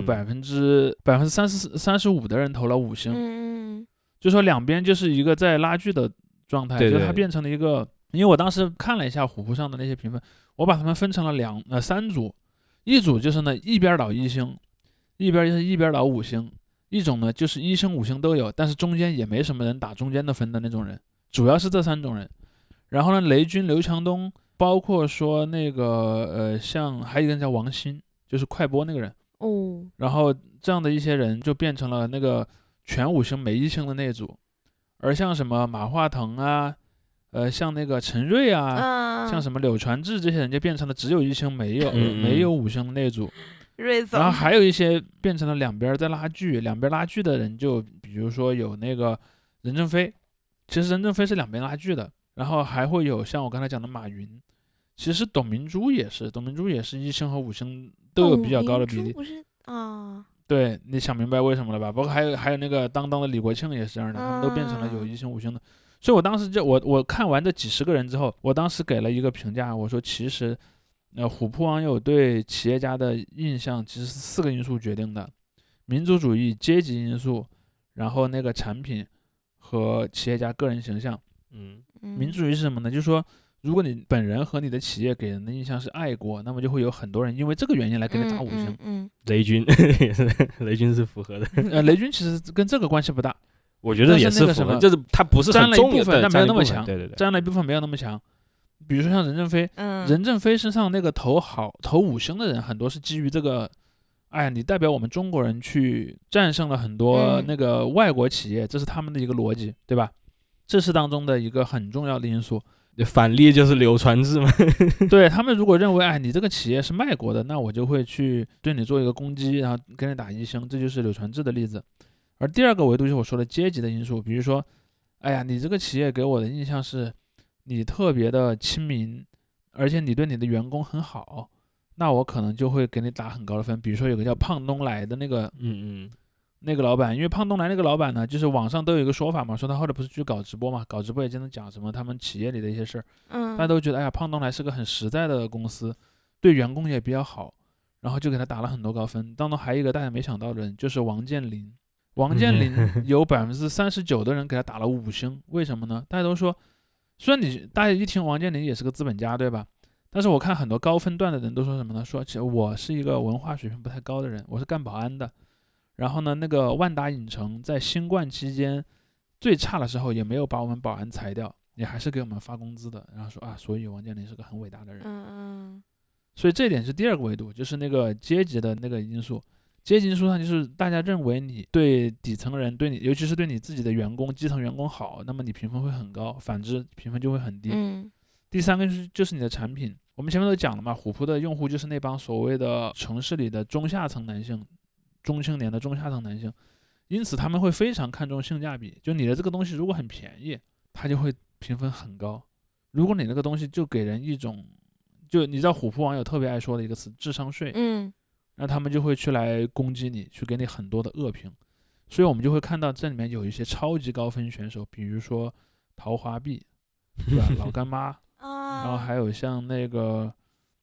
35%的人投了5星，就说两边就是一个在拉锯的状态，就它变成了一个。因为我当时看了一下虎扑上的那些评分，我把它们分成了3组，一组就是呢一边倒1星，一边倒5星，一种呢就是1星5星都有，但是中间也没什么人打中间的分的那种人，主要是这3种人。然后呢，雷军、刘强东，包括说那个像还有一个人叫王鑫，就是快播那个人然后这样的一些人就变成了那个全5星没1星的那一组。而像什么马化腾啊，像那个陈瑞啊，像什么柳传志这些人就变成了只有1星没有5星的那一组。然后还有一些变成了两边在拉锯，两边拉锯的人就比如说有那个任正非，其实任正非是两边拉锯的。然后还会有像我刚才讲的马云，其实董明珠也是1星和5星都有比较高的比例。对，你想明白为什么了吧？包括还有那个当的李国庆也是这样的，他们都变成了有1星5星的。所以我当时我看完这几十个人之后，我当时给了一个评价，我说其实虎扑网友对企业家的印象其实是4个因素决定的：民族主义、阶级因素，然后那个产品和企业家个人形象。民族主义是什么呢？就是说，如果你本人和你的企业给人的印象是爱国，那么就会有很多人因为这个原因来给你打5星。 雷军雷军是符合的。 雷军其实跟这个关系不大， 我觉得也是符合，就是他不是很重要，但没有那么强。 对， 占了一部分没有那么强。比如说像任正非，任正非身上那个投5星的人很多是基于这个，哎呀，你代表我们中国人去战胜了很多那个外国企业，这是他们的一个逻辑，对吧？这是当中的一个很重要的因素。 反例就是柳传志嘛。 对，他们如果认为哎你这个企业是卖国的，那我就会去对你做一个攻击，然后给你打1星，这就是柳传志的例子。而第二个维度就是我说的阶级的因素，比如说哎呀你这个企业给我的印象是你特别的亲民，而且你对你的员工很好，那我可能就会给你打很高的分。比如说有个叫胖东来的那个那个老板，因为胖东来那个老板呢，就是网上都有一个说法嘛，说他后来不是去搞直播嘛，搞直播也经常讲什么他们企业里的一些事儿，大家都觉得哎呀，胖东来是个很实在的公司，对员工也比较好，然后就给他打了很多高分。当中还有一个大家没想到的人，就是王健林有39%的人给他打了5星，为什么呢？大家都说，虽然大家一听王健林也是个资本家，对吧？但是我看很多高分段的人都说什么呢？说其实我是一个文化水平不太高的人，我是干保安的。然后呢，那个万达影城在新冠期间最差的时候也没有把我们保安裁掉，也还是给我们发工资的。然后说啊，所以王健林是个很伟大的人。所以这一点是第二个维度，就是那个阶级的那个因素。阶级因素上就是大家认为你对底层人，对你尤其是对你自己的员工、基层员工好，那么你评分会很高，反之评分就会很低。第三个就是你的产品。我们前面都讲了嘛，虎扑的用户就是那帮所谓的城市里的中下层男性。中青年的中下层男性，因此他们会非常看重性价比。就你的这个东西如果很便宜，他就会评分很高；如果你那个东西就给人一种，就你知道虎扑网友特别爱说的一个词“智商税”，那他们就会去来攻击你，去给你很多的恶评。所以我们就会看到这里面有一些超级高分选手，比如说桃花碧，对吧？老干妈，然后还有像那个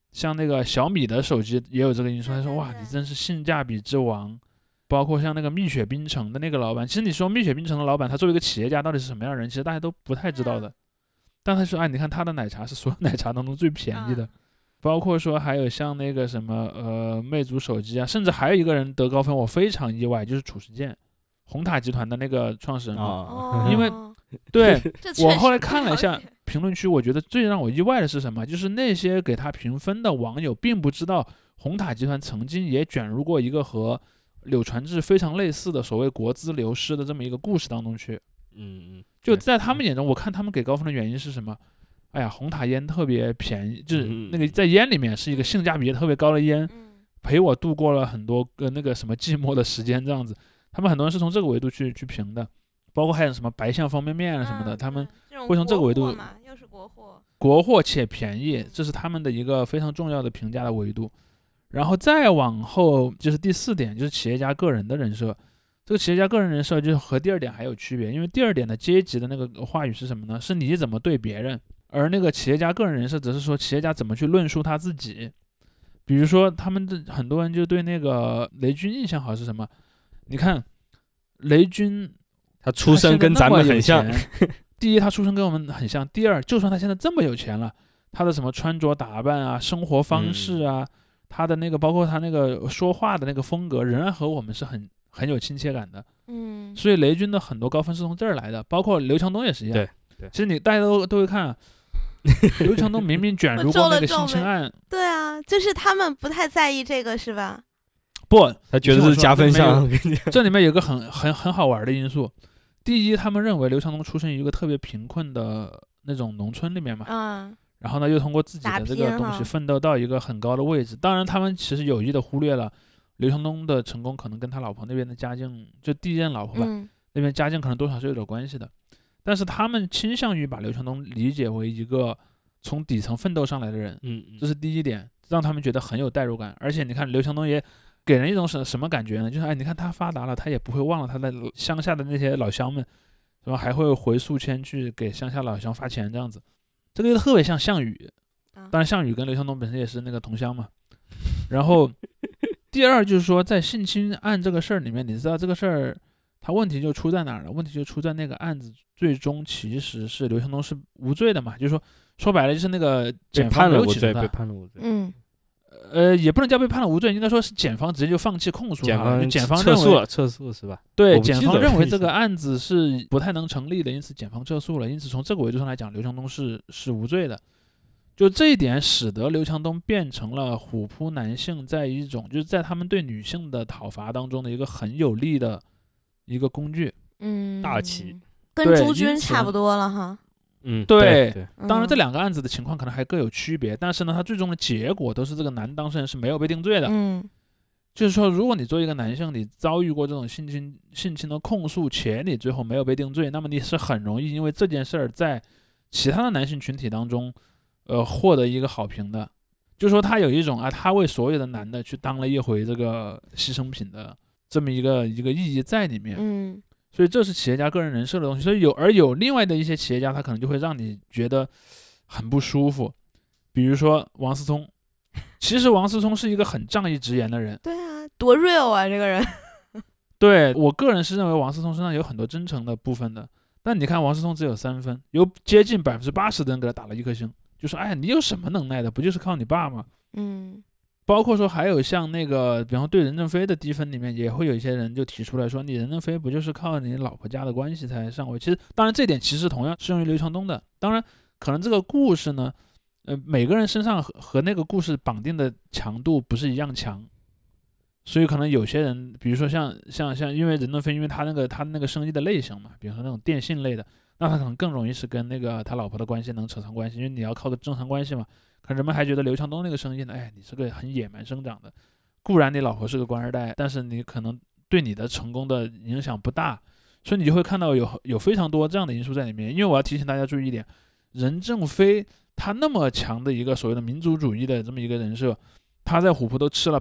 像那个小米的手机也有这个因素，他说哇，你真是性价比之王。包括像那个蜜雪冰城的那个老板，其实你说蜜雪冰城的老板，他作为一个企业家到底是什么样的人，其实大家都不太知道的。但他说，哎，你看他的奶茶是所有奶茶当中最便宜的。包括说还有像那个什么魅族手机啊，甚至还有一个人得高分，我非常意外，就是褚时健，红塔集团的那个创始人嘛。因为对我后来看了一下评论区，我觉得最让我意外的是什么？就是那些给他评分的网友并不知道红塔集团曾经也卷入过一个和柳传志非常类似的所谓国资流失的这么一个故事当中去。就在他们眼中，我看他们给高分的原因是什么？哎呀，红塔烟特别便宜，就是那个在烟里面是一个性价比特别高的烟，陪我度过了很多个那个什么寂寞的时间这样子。他们很多人是从这个维度去评的，包括还有什么白象方便面啊什么的，他们会从这个维度， 又是国货且便宜，这是他们的一个非常重要的评价的维度。然后再往后就是第4点，就是企业家个人的人设。这个企业家个人人设就是和第2点还有区别，因为第2点的阶级的那个话语是什么呢？是你怎么对别人，而那个企业家个人人设只是说企业家怎么去论述他自己。比如说他们很多人就对那个雷军印象好是什么？你看雷军他出身跟咱们很像。 第一，他出身跟我们很像；第二，就算他现在这么有钱了，他的什么穿着打扮啊、生活方式啊，他的那个包括他那个说话的那个风格，仍然和我们是很有亲切感的。所以雷军的很多高分是从这儿来的，包括刘强东也是一样。 对， 其实大家都会看，刘强东明明卷入过那个性侵案。 对啊，就是他们不太在意这个是吧？ 不， 他觉得是加分项。 这里面有个很好玩的因素。第一，他们认为刘强东出生于一个特别贫困的那种农村里面嘛，然后呢又通过自己的这个东西奋斗到一个很高的位置。当然他们其实有意的忽略了刘强东的成功可能跟他老婆那边的家境，就第一任老婆吧，那边家境可能多少是有点关系的。但是他们倾向于把刘强东理解为一个从底层奋斗上来的人，这是第一点，让他们觉得很有代入感。而且你看刘强东也给人一种什么感觉呢？就是哎，你看他发达了，他也不会忘了他的乡下的那些老乡们，是吧？还会回宿迁去给乡下老乡发钱这样子。这个特别像项羽，当然项羽跟刘强东本身也是那个同乡嘛。然后第二就是说，在性侵案这个事儿里面，你知道这个事儿它问题就出在哪儿了？问题就出在那个案子最终其实是刘强东是无罪的嘛，就是说白了就是那个检方没有起诉他， 被判了无罪。 也不能叫被判了无罪，应该说是检方直接就放弃控诉他，检方撤诉是吧？ 对，检方认为这个案子是不太能成立的，因此检方撤诉了。因此从这个维度上来讲，刘强东是无罪的。就这一点使得刘强东变成了虎扑男性在一种就是在他们对女性的讨伐当中的一个很有力的一个工具。 大旗跟朱军差不多了哈。 对，当然这2个案子的情况可能还各有区别，但是呢，它最终的结果都是这个男当事人是没有被定罪的。就是说，如果你作为一个男性，你遭遇过这种性侵的控诉，且你最后没有被定罪，那么你是很容易因为这件事儿在其他的男性群体当中，获得一个好评的。就是说，他有一种他为所有的男的去当了一回这个牺牲品的这么一个意义在里面。所以这是企业家个人人设的东西，所以有另外的一些企业家，他可能就会让你觉得很不舒服。比如说王思聪，其实王思聪是一个很仗义直言的人。 对啊，多 real 啊这个人。 对，我个人是认为王思聪身上有很多真诚的部分的，但你看王思聪只有3分，有接近80%的人给他打了1颗星，就说哎呀，你有什么能耐的？不就是靠你爸吗？包括说还有像那个，比方对任正非的低分里面，也会有一些人就提出来说，你任正非不就是靠你老婆家的关系才上位？其实，当然这点其实同样适用于刘强东的。当然，可能这个故事呢，每个人身上和那个故事绑定的强度不是一样强，所以可能有些人，比如说像，因为任正非，因为他那个生意的类型嘛，比如说那种电信类的，那他可能更容易是跟那个他老婆的关系能扯上关系，因为你要靠个正常关系嘛。可人们还觉得刘强东那个生意呢，哎，你是个很野蛮生长的，固然你老婆是个官二代，但是你可能对你的成功的影响不大，所以你就会看到有非常多这样的因素在里面。因为我要提醒大家注意一点，任正非他那么强的一个所谓的民族主义的这么一个人设，他在虎扑都吃了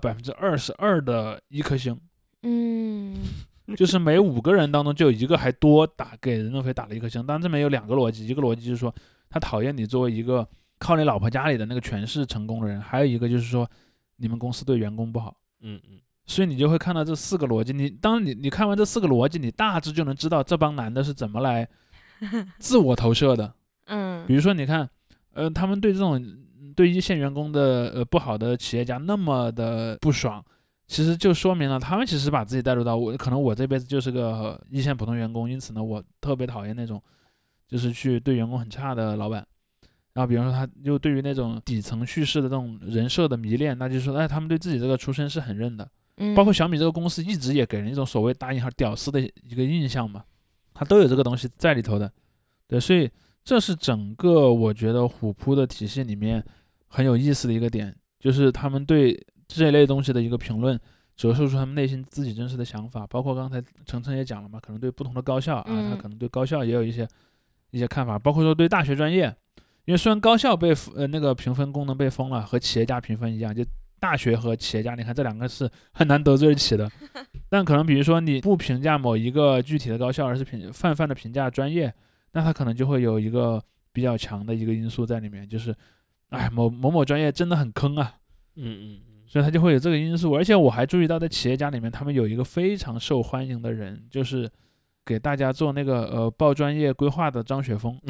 22%的1颗星，就是每5个人当中就有1个还多给任正非打了1颗星。当然这边有2个逻辑，一个逻辑就是说他讨厌你作为一个靠你老婆家里的那个权势成功的人，还有一个就是说你们公司对员工不好。所以你就会看到这4个逻辑。当你看完这4个逻辑，你大致就能知道这帮男的是怎么来自我投射的。比如说你看，他们对这种对一线员工的不好的企业家那么的不爽，其实就说明了他们其实把自己带入到可能我这辈子就是个一线普通员工，因此呢，我特别讨厌那种就是去对员工很差的老板。然后比方说他就对于那种底层叙事的这种人设的迷恋，那就是说，他们对自己这个出身是很认的。包括小米这个公司一直也给人一种所谓打引号屌丝的一个印象嘛，它都有这个东西在里头的。对，所以这是整个我觉得虎扑的体系里面很有意思的一个点，就是他们对这一类东西的一个评论，折射出他们内心自己真实的想法。包括刚才程程也讲了嘛，可能对不同的高校他可能对高校也有一些看法，包括说对大学专业，因为虽然高校被那个评分功能被封了，和企业家评分一样，就大学和企业家，你看这2个是很难得罪起的。但可能比如说你不评价某一个具体的高校，而是泛泛的评价专业，那它可能就会有一个比较强的一个因素在里面，就是某某专业真的很坑啊。所以它就会有这个因素。而且我还注意到在企业家里面，他们有一个非常受欢迎的人，就是给大家做那个报专业规划的张雪峰。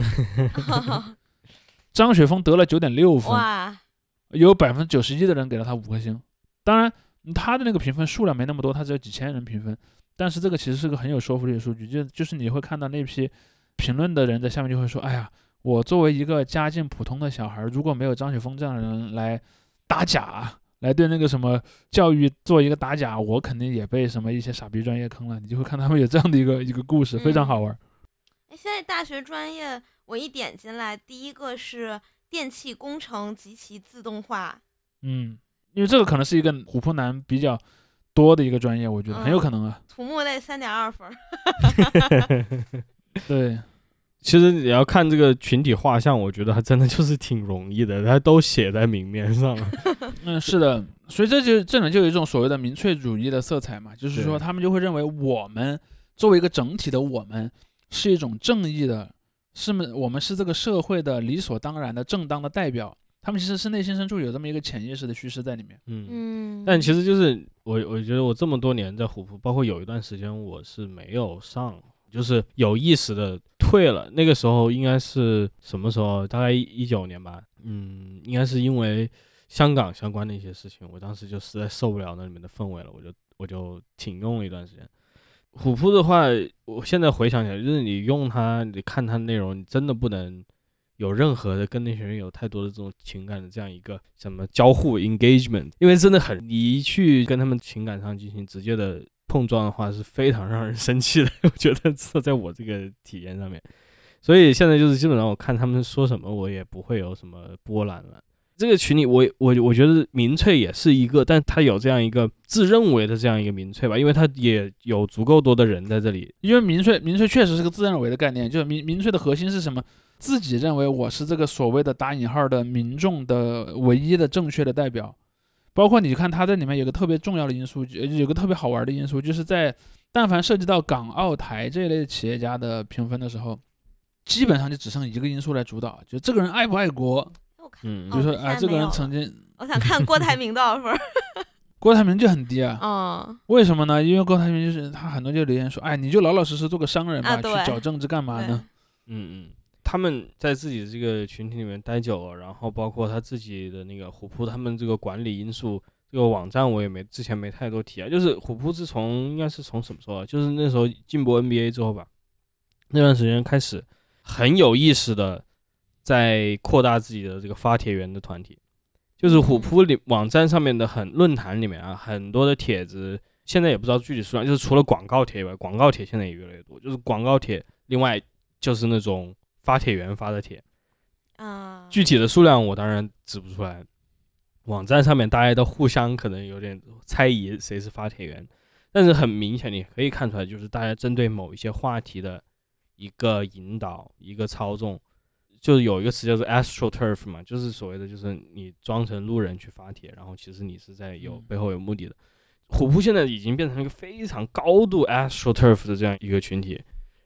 张雪峰得了9.6分， 哇， 有91%的人给了他5颗星。当然他的那个评分数量没那么多，他只有几千人评分，但是这个其实是个很有说服力的数据。就是你会看到那批评论的人在下面就会说，哎呀，我作为一个家境普通的小孩，如果没有张雪峰这样的人来打假，来对那个什么教育做一个打假，我肯定也被什么一些傻逼专业坑了。你就会看他们有这样的一个故事，非常好玩。 现在大学专业我一点进来，第一个是电气工程及其自动化。 因为这个可能是一个虎扑男比较多的一个专业，我觉得很有可能啊。 土木类3.2分。 对， 其实你要看这个群体画像，我觉得它真的就是挺容易的，它都写在明面上了。 是的，所以这种就有一种所谓的民粹主义的色彩嘛，就是说他们就会认为我们作为一个整体的我们是一种正义的，我们是这个社会的理所当然的正当的代表。他们其实是内心深处有这么一个潜意识的叙事在里面。 但其实就是我觉得我这么多年在虎扑，包括有一段时间我是没有上，就是有意识的退了。那个时候应该是什么时候？大概19年吧。应该是因为香港相关的一些事情，我当时就实在受不了那里面的氛围了，我就停用了一段时间。虎扑的话，我现在回想起来，就是你用它，你看它的内容，你真的不能有任何的跟那些人有太多的这种情感的这样一个什么交互 engagement， 因为真的你一去跟他们情感上进行直接的碰撞的话，是非常让人生气的。我觉得在我这个体验上面，所以现在就是基本上我看他们说什么，我也不会有什么波澜了。这个群里我觉得民粹也是一个，但他有这样一个自认为的这样一个民粹吧，因为他也有足够多的人在这里。 因为民粹确实是个自认为的概念，就是民粹的核心是什么？自己认为我是这个所谓的打引号的民众的唯一的正确的代表。包括你看他在里面有个特别重要的因素，有个特别好玩的因素，就是在但凡涉及到港澳台这一类企业家的评分的时候，基本上就只剩一个因素来主导，就这个人爱不爱国。比如说这个人曾经， 我想看郭台铭多少分。 郭台铭就很低为什么呢？因为郭台铭就是他很多就留言说，你就老老实实做个商人吧，去搞政治干嘛呢？ 他们在自己的这个群体里面待久了，然后包括他自己的那个虎扑，他们这个管理因素，这个网站我也之前没太多提啊。就是虎扑应该是从什么时候就是那时候进步 NBA 之后吧，那段时间开始很有意识的在扩大自己的这个发帖员的团体。就是虎扑网站上面的论坛里面很多的帖子，现在也不知道具体数量，就是除了广告帖以外，广告帖现在也越来越多，就是广告帖，另外就是那种发帖员发的帖具体的数量我当然指不出来。网站上面大家都互相可能有点猜疑谁是发帖员，但是很明显你可以看出来，就是大家针对某一些话题的一个引导，一个操纵。就是有一个词叫做 astroturf 嘛，就是所谓的就是你装成路人去发帖，然后其实你是在背后有目的的。虎扑现在已经变成一个非常高度 astroturf 的这样一个群体，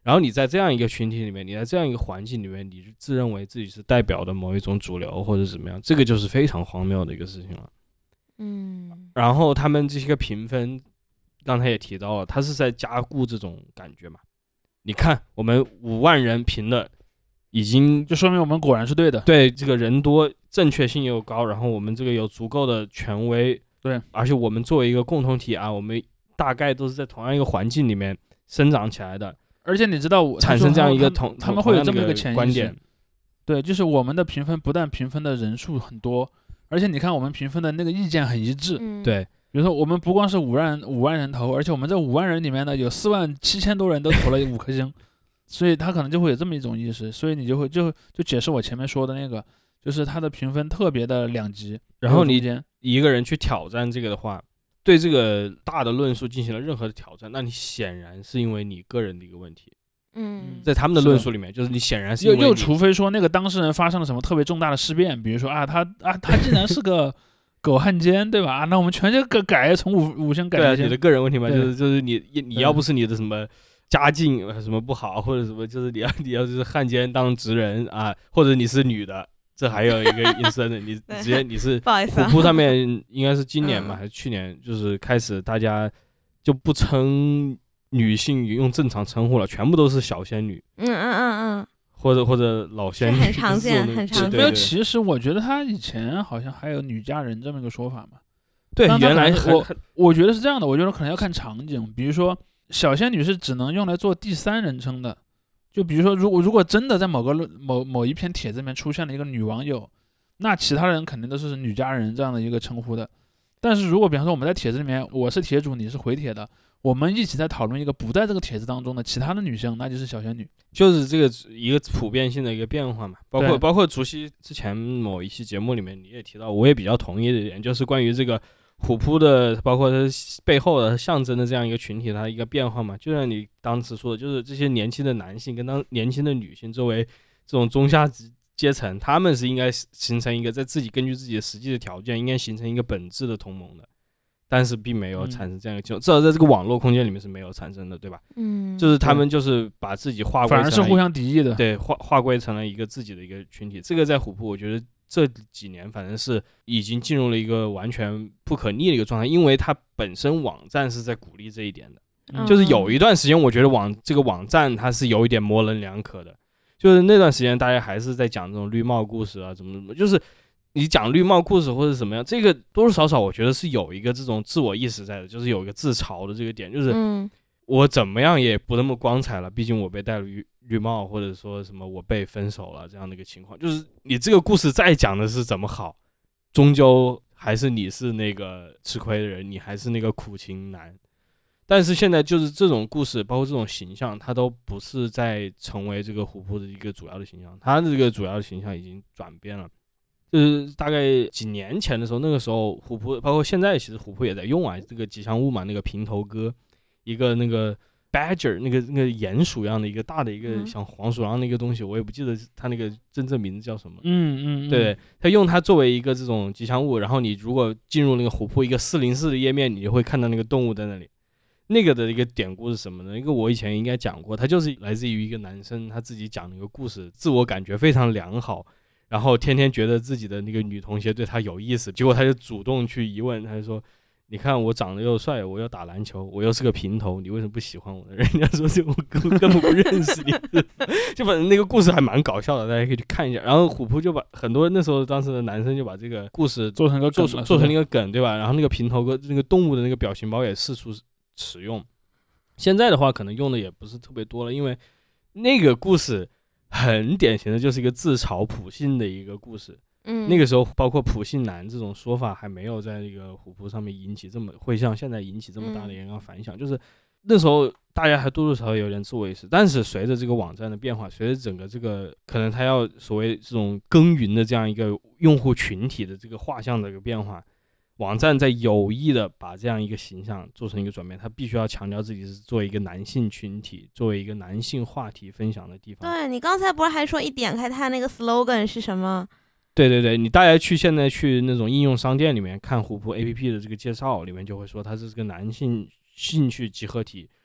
然后你在这样一个群体里面，你在这样一个环境里面，你自认为自己是代表的某一种主流或者怎么样，这个就是非常荒谬的一个事情了。然后他们这些个评分，刚才也提到了，他是在加固这种感觉嘛。你看，我们5万人评了，已经就说明我们果然是对的。 对，这个人多，正确性又高，然后我们这个有足够的权威， 对， 而且我们作为一个共同体啊，我们大概都是在同样一个环境里面生长起来的。 而且你知道， 产生这样一个他们会有这么一个潜意识观点， 对，就是我们的评分不但评分的人数很多，而且你看我们评分的那个意见很一致， 对， 比如说我们不光是5万人投，而且我们这5万人里面呢，有47000多人都投了5颗星，所以他可能就会有这么一种意识，所以你就会就解释我前面说的那个，就是他的评分特别的两极， 然后你一个人去挑战这个的话。对这个大的论述进行了任何的挑战，那你显然是因为你个人的一个问题。在他们的论述里面，就是你显然是因为又除非说那个当事人发生了什么特别重大的事变，比如说他竟然是个狗汉奸，对吧？那我们全就改从5星改1星。 对，你的个人问题嘛，就是你要不是你的什么家境什么不好，或者什么，就是你要就是汉奸当职人啊，或者你是女的。这还有一个隐身的，你直接你是虎扑上面应该是今年吧，还是去年，就是开始大家就不称女性用正常称呼了，全部都是小仙女，或者老仙女， 很常见，很常见。 没有，其实我觉得他以前好像还有女家人这么一个说法嘛。 对，原来我觉得是这样的，我觉得可能要看场景，比如说小仙女是只能用来做第三人称的。就比如说，如果真的在某一篇帖子里面出现了一个女网友，那其他人肯定都是女家人这样的一个称呼的。但是如果比方说我们在帖子里面，我是帖主，你是回帖的，我们一起在讨论一个不在这个帖子当中的其他的女性，那就是小仙女， 就是这个一个普遍性的一个变化嘛。包括竹溪之前某一期节目里面你也提到，我也比较同意的一点，就是关于这个虎扑的，包括它背后的象征的这样一个群体，它的一个变化嘛。就像你当时说的，就是这些年轻的男性跟年轻的女性作为这种中下阶层，他们是应该形成一个在根据自己的实际的条件，应该形成一个本质的同盟的，但是并没有产生这样一个情况，至少在这个网络空间里面是没有产生的，对吧？就是他们就是把自己划归成反而是互相敌意的， 对，划归成了一个自己的一个群体。这个在虎扑，我觉得这几年反正是已经进入了一个完全不可逆的一个状态，因为它本身网站是在鼓励这一点的。就是有一段时间，我觉得这个网站它是有一点模棱两可的，就是那段时间大家还是在讲这种绿帽故事啊，怎么，就是你讲绿帽故事或者怎么样，这个多多少少我觉得是有一个这种自我意识在的，就是有一个自嘲的这个点，就是我怎么样也不那么光彩了，毕竟我被戴了绿帽，或者说什么我被分手了这样的一个情况，就是你这个故事再讲的是怎么好，终究还是你是那个吃亏的人，你还是那个苦情男。但是现在就是这种故事，包括这种形象，它都不是在成为这个虎扑的一个主要的形象，它的这个主要的形象已经转变了。就是大概几年前的时候，那个时候虎扑，包括现在其实虎扑也在用啊，这个吉祥物嘛，那个平头哥，一个那个 badger 那个鼹鼠一样的一个大的一个像黄鼠狼的一个东西，我也不记得它那个真正名字叫什么。对，他用它作为一个这种吉祥物，然后你如果进入那个虎扑一个404的页面，你就会看到那个动物在那里。那个的一个典故是什么呢？因为我以前应该讲过，它就是来自于一个男生他自己讲的一个故事，自我感觉非常良好，然后天天觉得自己的那个女同学对他有意思，结果他就主动去疑问，他就说：“你看我长得又帅，我又打篮球，我又是个平头，你为什么不喜欢我呢？”人家说我根本不认识你，就反正那个故事还蛮搞笑的，大家可以去看一下。然后虎扑就把很多那时候当时的男生就把这个故事做成一个梗，对吧？然后那个平头哥那个动物的那个表情包也四处使用。现在的话可能用的也不是特别多了，因为那个故事很典型的就是一个自嘲普信的一个故事。那个时候包括普信男这种说法还没有在那个虎扑上面会像现在引起这么大的严格反响，就是那时候大家还多多少少有点自我意识。但是随着这个网站的变化，随着整个这个可能他要所谓这种耕耘的这样一个用户群体的这个画像的一个变化，网站在有意的把这样一个形象做成一个转变，他必须要强调自己是作为一个男性群体，作为一个男性话题分享的地方。 对，你刚才不是还说一点开他那个 slogan 是什么？ 对，你大家现在去那种应用商店里面看虎扑 APP 的这个介绍里面就会说它是个男性兴趣集合体，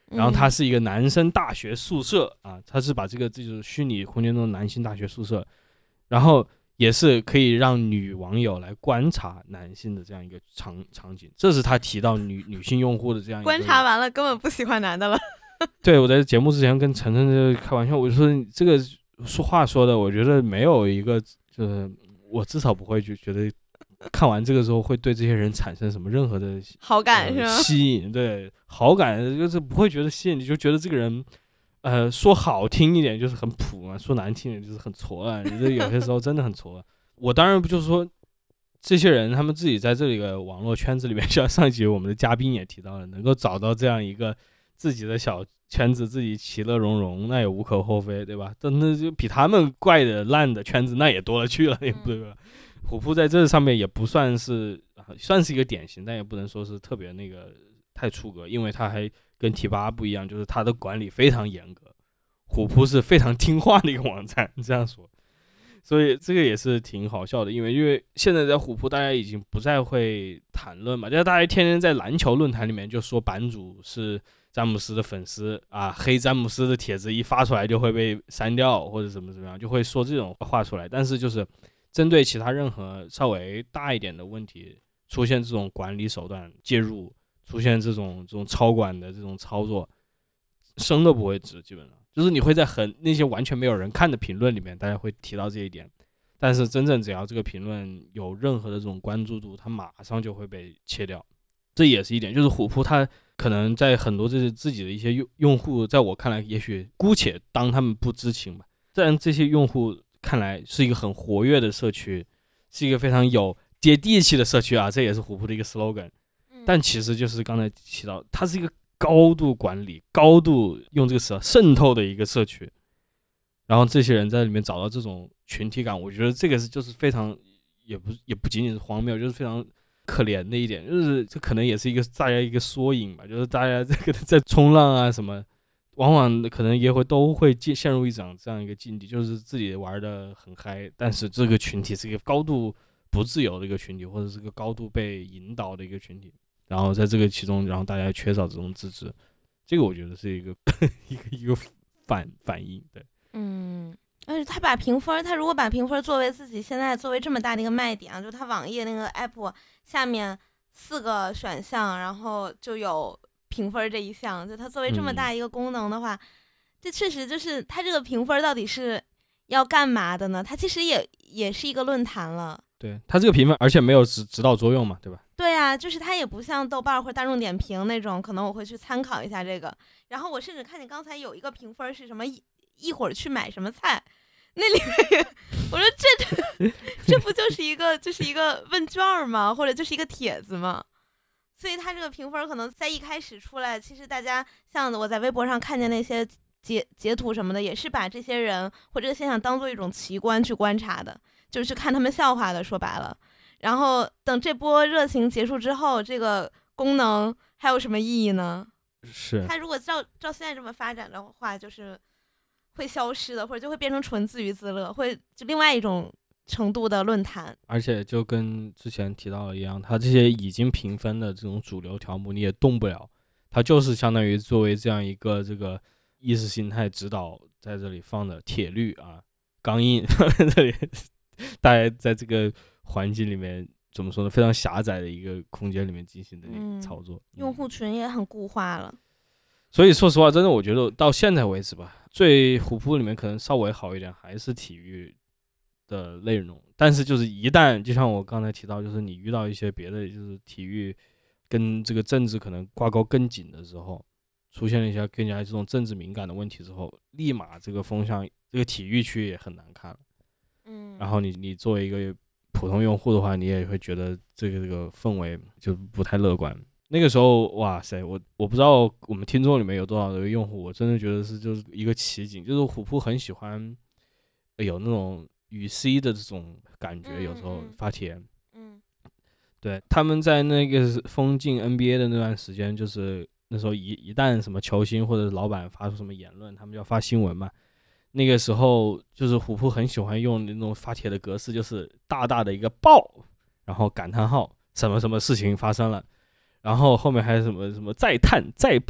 然后它是一个男生大学宿舍啊，它是把这就是虚拟空间中的男性大学宿舍，然后也是可以让女网友来观察男性的这样一个场景，这是他提到女性用户的这样一个观察完了根本不喜欢男的了。 对，我在节目之前跟晨晨就开玩笑，我就说这个说话说的，我觉得没有一个就是我至少不会就觉得看完这个之后会对这些人产生什么任何的好感是吗？ 吸引，对，好感就是不会觉得吸引，你就觉得这个人说好听一点就是很普嘛，说难听一点就是很挫啊，你这有些时候真的很挫。我当然不就是说这些人他们自己在这个网络圈子里面，像上一集我们的嘉宾也提到了，能够找到这样一个自己的小圈子，自己其乐融融，那也无可厚非，对吧？但那就比他们怪的烂的圈子那也多了去了，也不对吧？虎扑在这上面也不算是一个典型，但也不能说是特别那个太出格，因为他还跟贴吧不一样，就是他的管理非常严格。虎扑是非常听话的一个网站，这样说，所以这个也是挺好笑的，因为现在在虎扑大家已经不再会谈论嘛，就是大家天天在篮球论坛里面就说版主是詹姆斯的粉丝啊，黑詹姆斯的帖子一发出来就会被删掉或者怎么样，就会说这种话出来。但是就是针对其他任何稍微大一点的问题，出现这种管理手段介入，出现这种超管的这种操作，声都不会直，基本上就是你会在那些完全没有人看的评论里面，大家会提到这一点。但是真正只要这个评论有任何的这种关注度，它马上就会被切掉。这也是一点，就是虎扑它可能在很多这自己的一些用户，在我看来，也许姑且当他们不知情吧，在这些用户看来是一个很活跃的社区，是一个非常有接地气的社区啊，这也是虎扑的一个 slogan。但其实就是刚才提到，它是一个高度管理、高度用这个词渗透的一个社区。然后这些人在里面找到这种群体感，我觉得这个就是非常也不仅仅是荒谬，就是非常可怜的一点，就是这可能也是大家一个缩影吧，就是大家这个在冲浪啊什么，往往可能也都会陷入这样一个境地，就是自己玩的很嗨，但是这个群体是一个高度不自由的一个群体，或者是个高度被引导的一个群体，然后在这个其中，然后大家缺少这种自治，这个我觉得是一个一个反应，对。 而且他如果把评分作为自己现在作为这么大的一个卖点啊，就他网页那个 app 下面4个选项，然后就有评分这一项，就他作为这么大一个功能的话，这确实就是他这个评分到底是要干嘛的呢？他其实也是一个论坛了。 对，他这个评分，而且没有指导作用嘛，对吧？ 对啊，就是它也不像豆瓣或者大众点评那种，可能我会去参考一下这个。然后我甚至看见刚才有一个评分是什么一会儿去买什么菜，那里面我说这不就是一个问卷吗？或者就是一个帖子吗？所以它这个评分可能在一开始出来，其实大家像我在微博上看见那些截图什么的，也是把这些人或这个现象当做一种奇观去观察的，就是去看他们笑话的，说白了。然后等这波热情结束之后，这个功能还有什么意义呢？ 是它如果照现在这么发展的话，就是会消失的，或者就会变成纯自娱自乐，会就另外一种程度的论坛。 而且就跟之前提到的一样，它这些已经评分的这种主流条目你也动不了，它就是相当于作为这样一个这个意识形态指导在这里放的铁律啊、钢印这里，大家在这个环境里面怎么说呢？非常狭窄的一个空间里面进行的操作， 用户群也很固化了。 所以说实话，真的我觉得到现在为止吧，最虎扑里面可能稍微好一点还是体育的内容，但是就是一旦就像我刚才提到，就是你遇到一些别的就是体育跟这个政治可能挂钩更紧的时候，出现了一些更加这种政治敏感的问题之后，立马这个风向，这个体育区也很难看了。然后你作为一个普通用户的话，你也会觉得这个氛围就不太乐观。那个时候，哇塞，我不知道我们听众里面有多少的用户，我真的觉得就是一个奇景，就是虎扑很喜欢有那种语 C 的这种感觉，有时候发帖，对，他们在那个封禁 NBA 的那段时间，就是那时候一旦什么球星或者老板发出什么言论，他们就要发新闻嘛。那个时候就是虎扑很喜欢用那种发帖的格式，就是大大的一个爆，然后感叹号，什么什么事情发生了，然后后面还有什么什么再探再爆，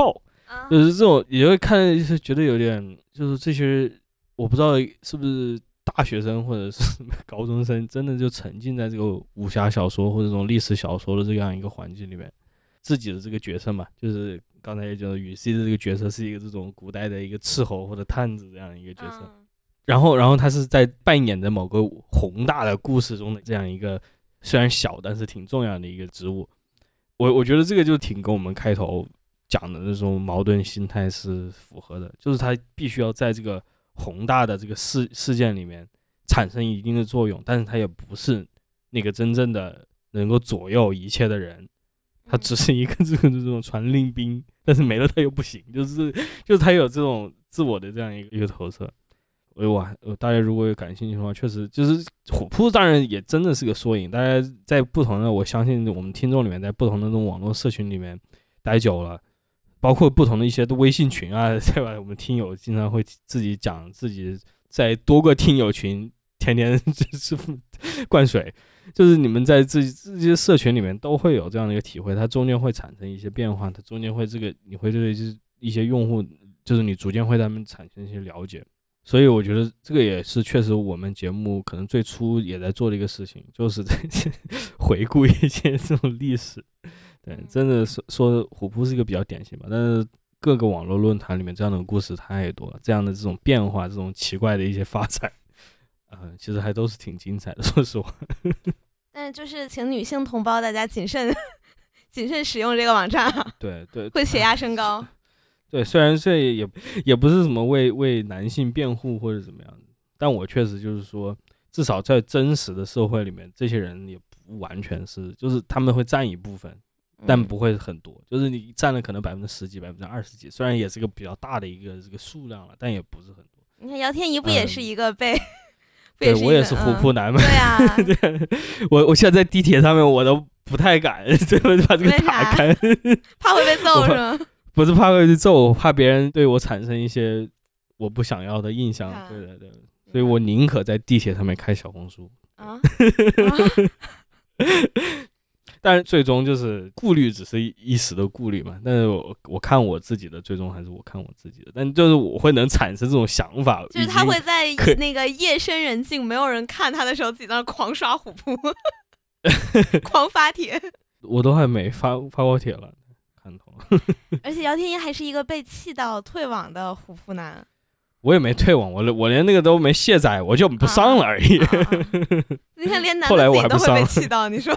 就是这种也会看，就是觉得有点，就是这些我不知道是不是大学生或者是高中生，真的就沉浸在这个武侠小说或者这种历史小说的这样一个环境里面，自己的这个角色嘛，就是刚才也讲的羽西的这个角色是一个这种古代的一个斥候或者探子这样一个角色，然后他是在扮演着某个宏大的故事中的这样一个虽然小但是挺重要的一个职务。我觉得这个就挺跟我们开头讲的那种矛盾心态是符合的，就是他必须要在这个宏大的这个事件里面产生一定的作用，但是他也不是那个真正的能够左右一切的人，他只是一个这种传令兵，但是没了他又不行，就是他有这种自我的这样一个投射。哇，大家如果有感兴趣的话，确实就是虎扑当然也真的是个缩影。大家在不同的，我相信我们听众里面，在不同的这种网络社群里面待久了，包括不同的一些微信群啊，对吧？我们听友经常会自己讲自己在多个听友群天天就是灌水，就是你们在这些社群里面都会有这样的一个体会，它中间会产生一些变化，它中间会你会对一些用户，就是你逐渐会对他们产生一些了解。所以我觉得这个也是确实我们节目可能最初也在做的一个事情，就是在回顾一些这种历史。对，真的是说虎扑是一个比较典型吧，但是各个网络论坛里面这样的故事太多了，这样的这种变化，这种奇怪的一些发展，其实还都是挺精彩的，说实话。 但是就是请女性同胞大家谨慎使用这个网站。 对， 会血压升高。 对，虽然这也不是什么为男性辩护或者怎么样，但我确实就是说，至少在真实的社会里面，这些人也不完全是，就是他们会占一部分，但不会很多，就是你占了可能10%几、20%几，虽然也是个比较大的一个这个数量了，但也不是很多。 你看姚天怡不也是一个被， 对，我也是虎扑男嘛。 对啊， 对，我现在在地铁上面我都不太敢，真的把这个打开， 怕会被揍是吗？ 不是怕会被揍，我怕别人对我产生一些我不想要的印象。对，所以我宁可在地铁上面开小红书。但是最终就是顾虑只是一时的顾虑嘛，但是我看我自己的，最终还是我看我自己的，但就是我会能产生这种想法， 就是他会在那个夜深人静没有人看他的时候，自己在那狂刷虎扑狂发帖。我都还没发过帖了，看头了。 而且姚天一还是一个被气到退网的虎扑男。 我也没退网，我连那个都没卸载，我就不上了而已。 你看连男的自己都会被气到，你说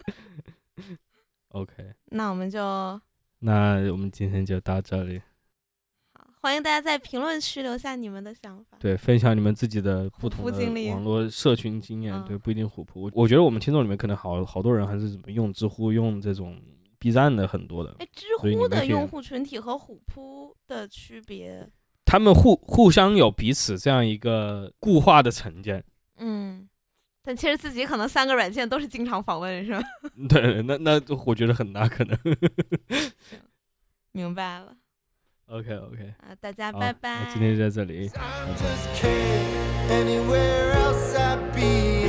OK， 那我们今天就到这里。 好，欢迎大家在评论区留下你们的想法， 对，分享你们自己的不同的网络社群经验。对，不一定虎扑。我觉得我们听众里面可能好多人还是怎么用知乎、用这种 B 站的很多的。 知乎的用户群体和虎扑的区别？ 他们互相有彼此这样一个固化的成见。 但其实自己可能3个软件都是经常访问，是吧？ 对，那我觉得很大可能。 明白了。 OK， 大家拜拜。 今天就在这里。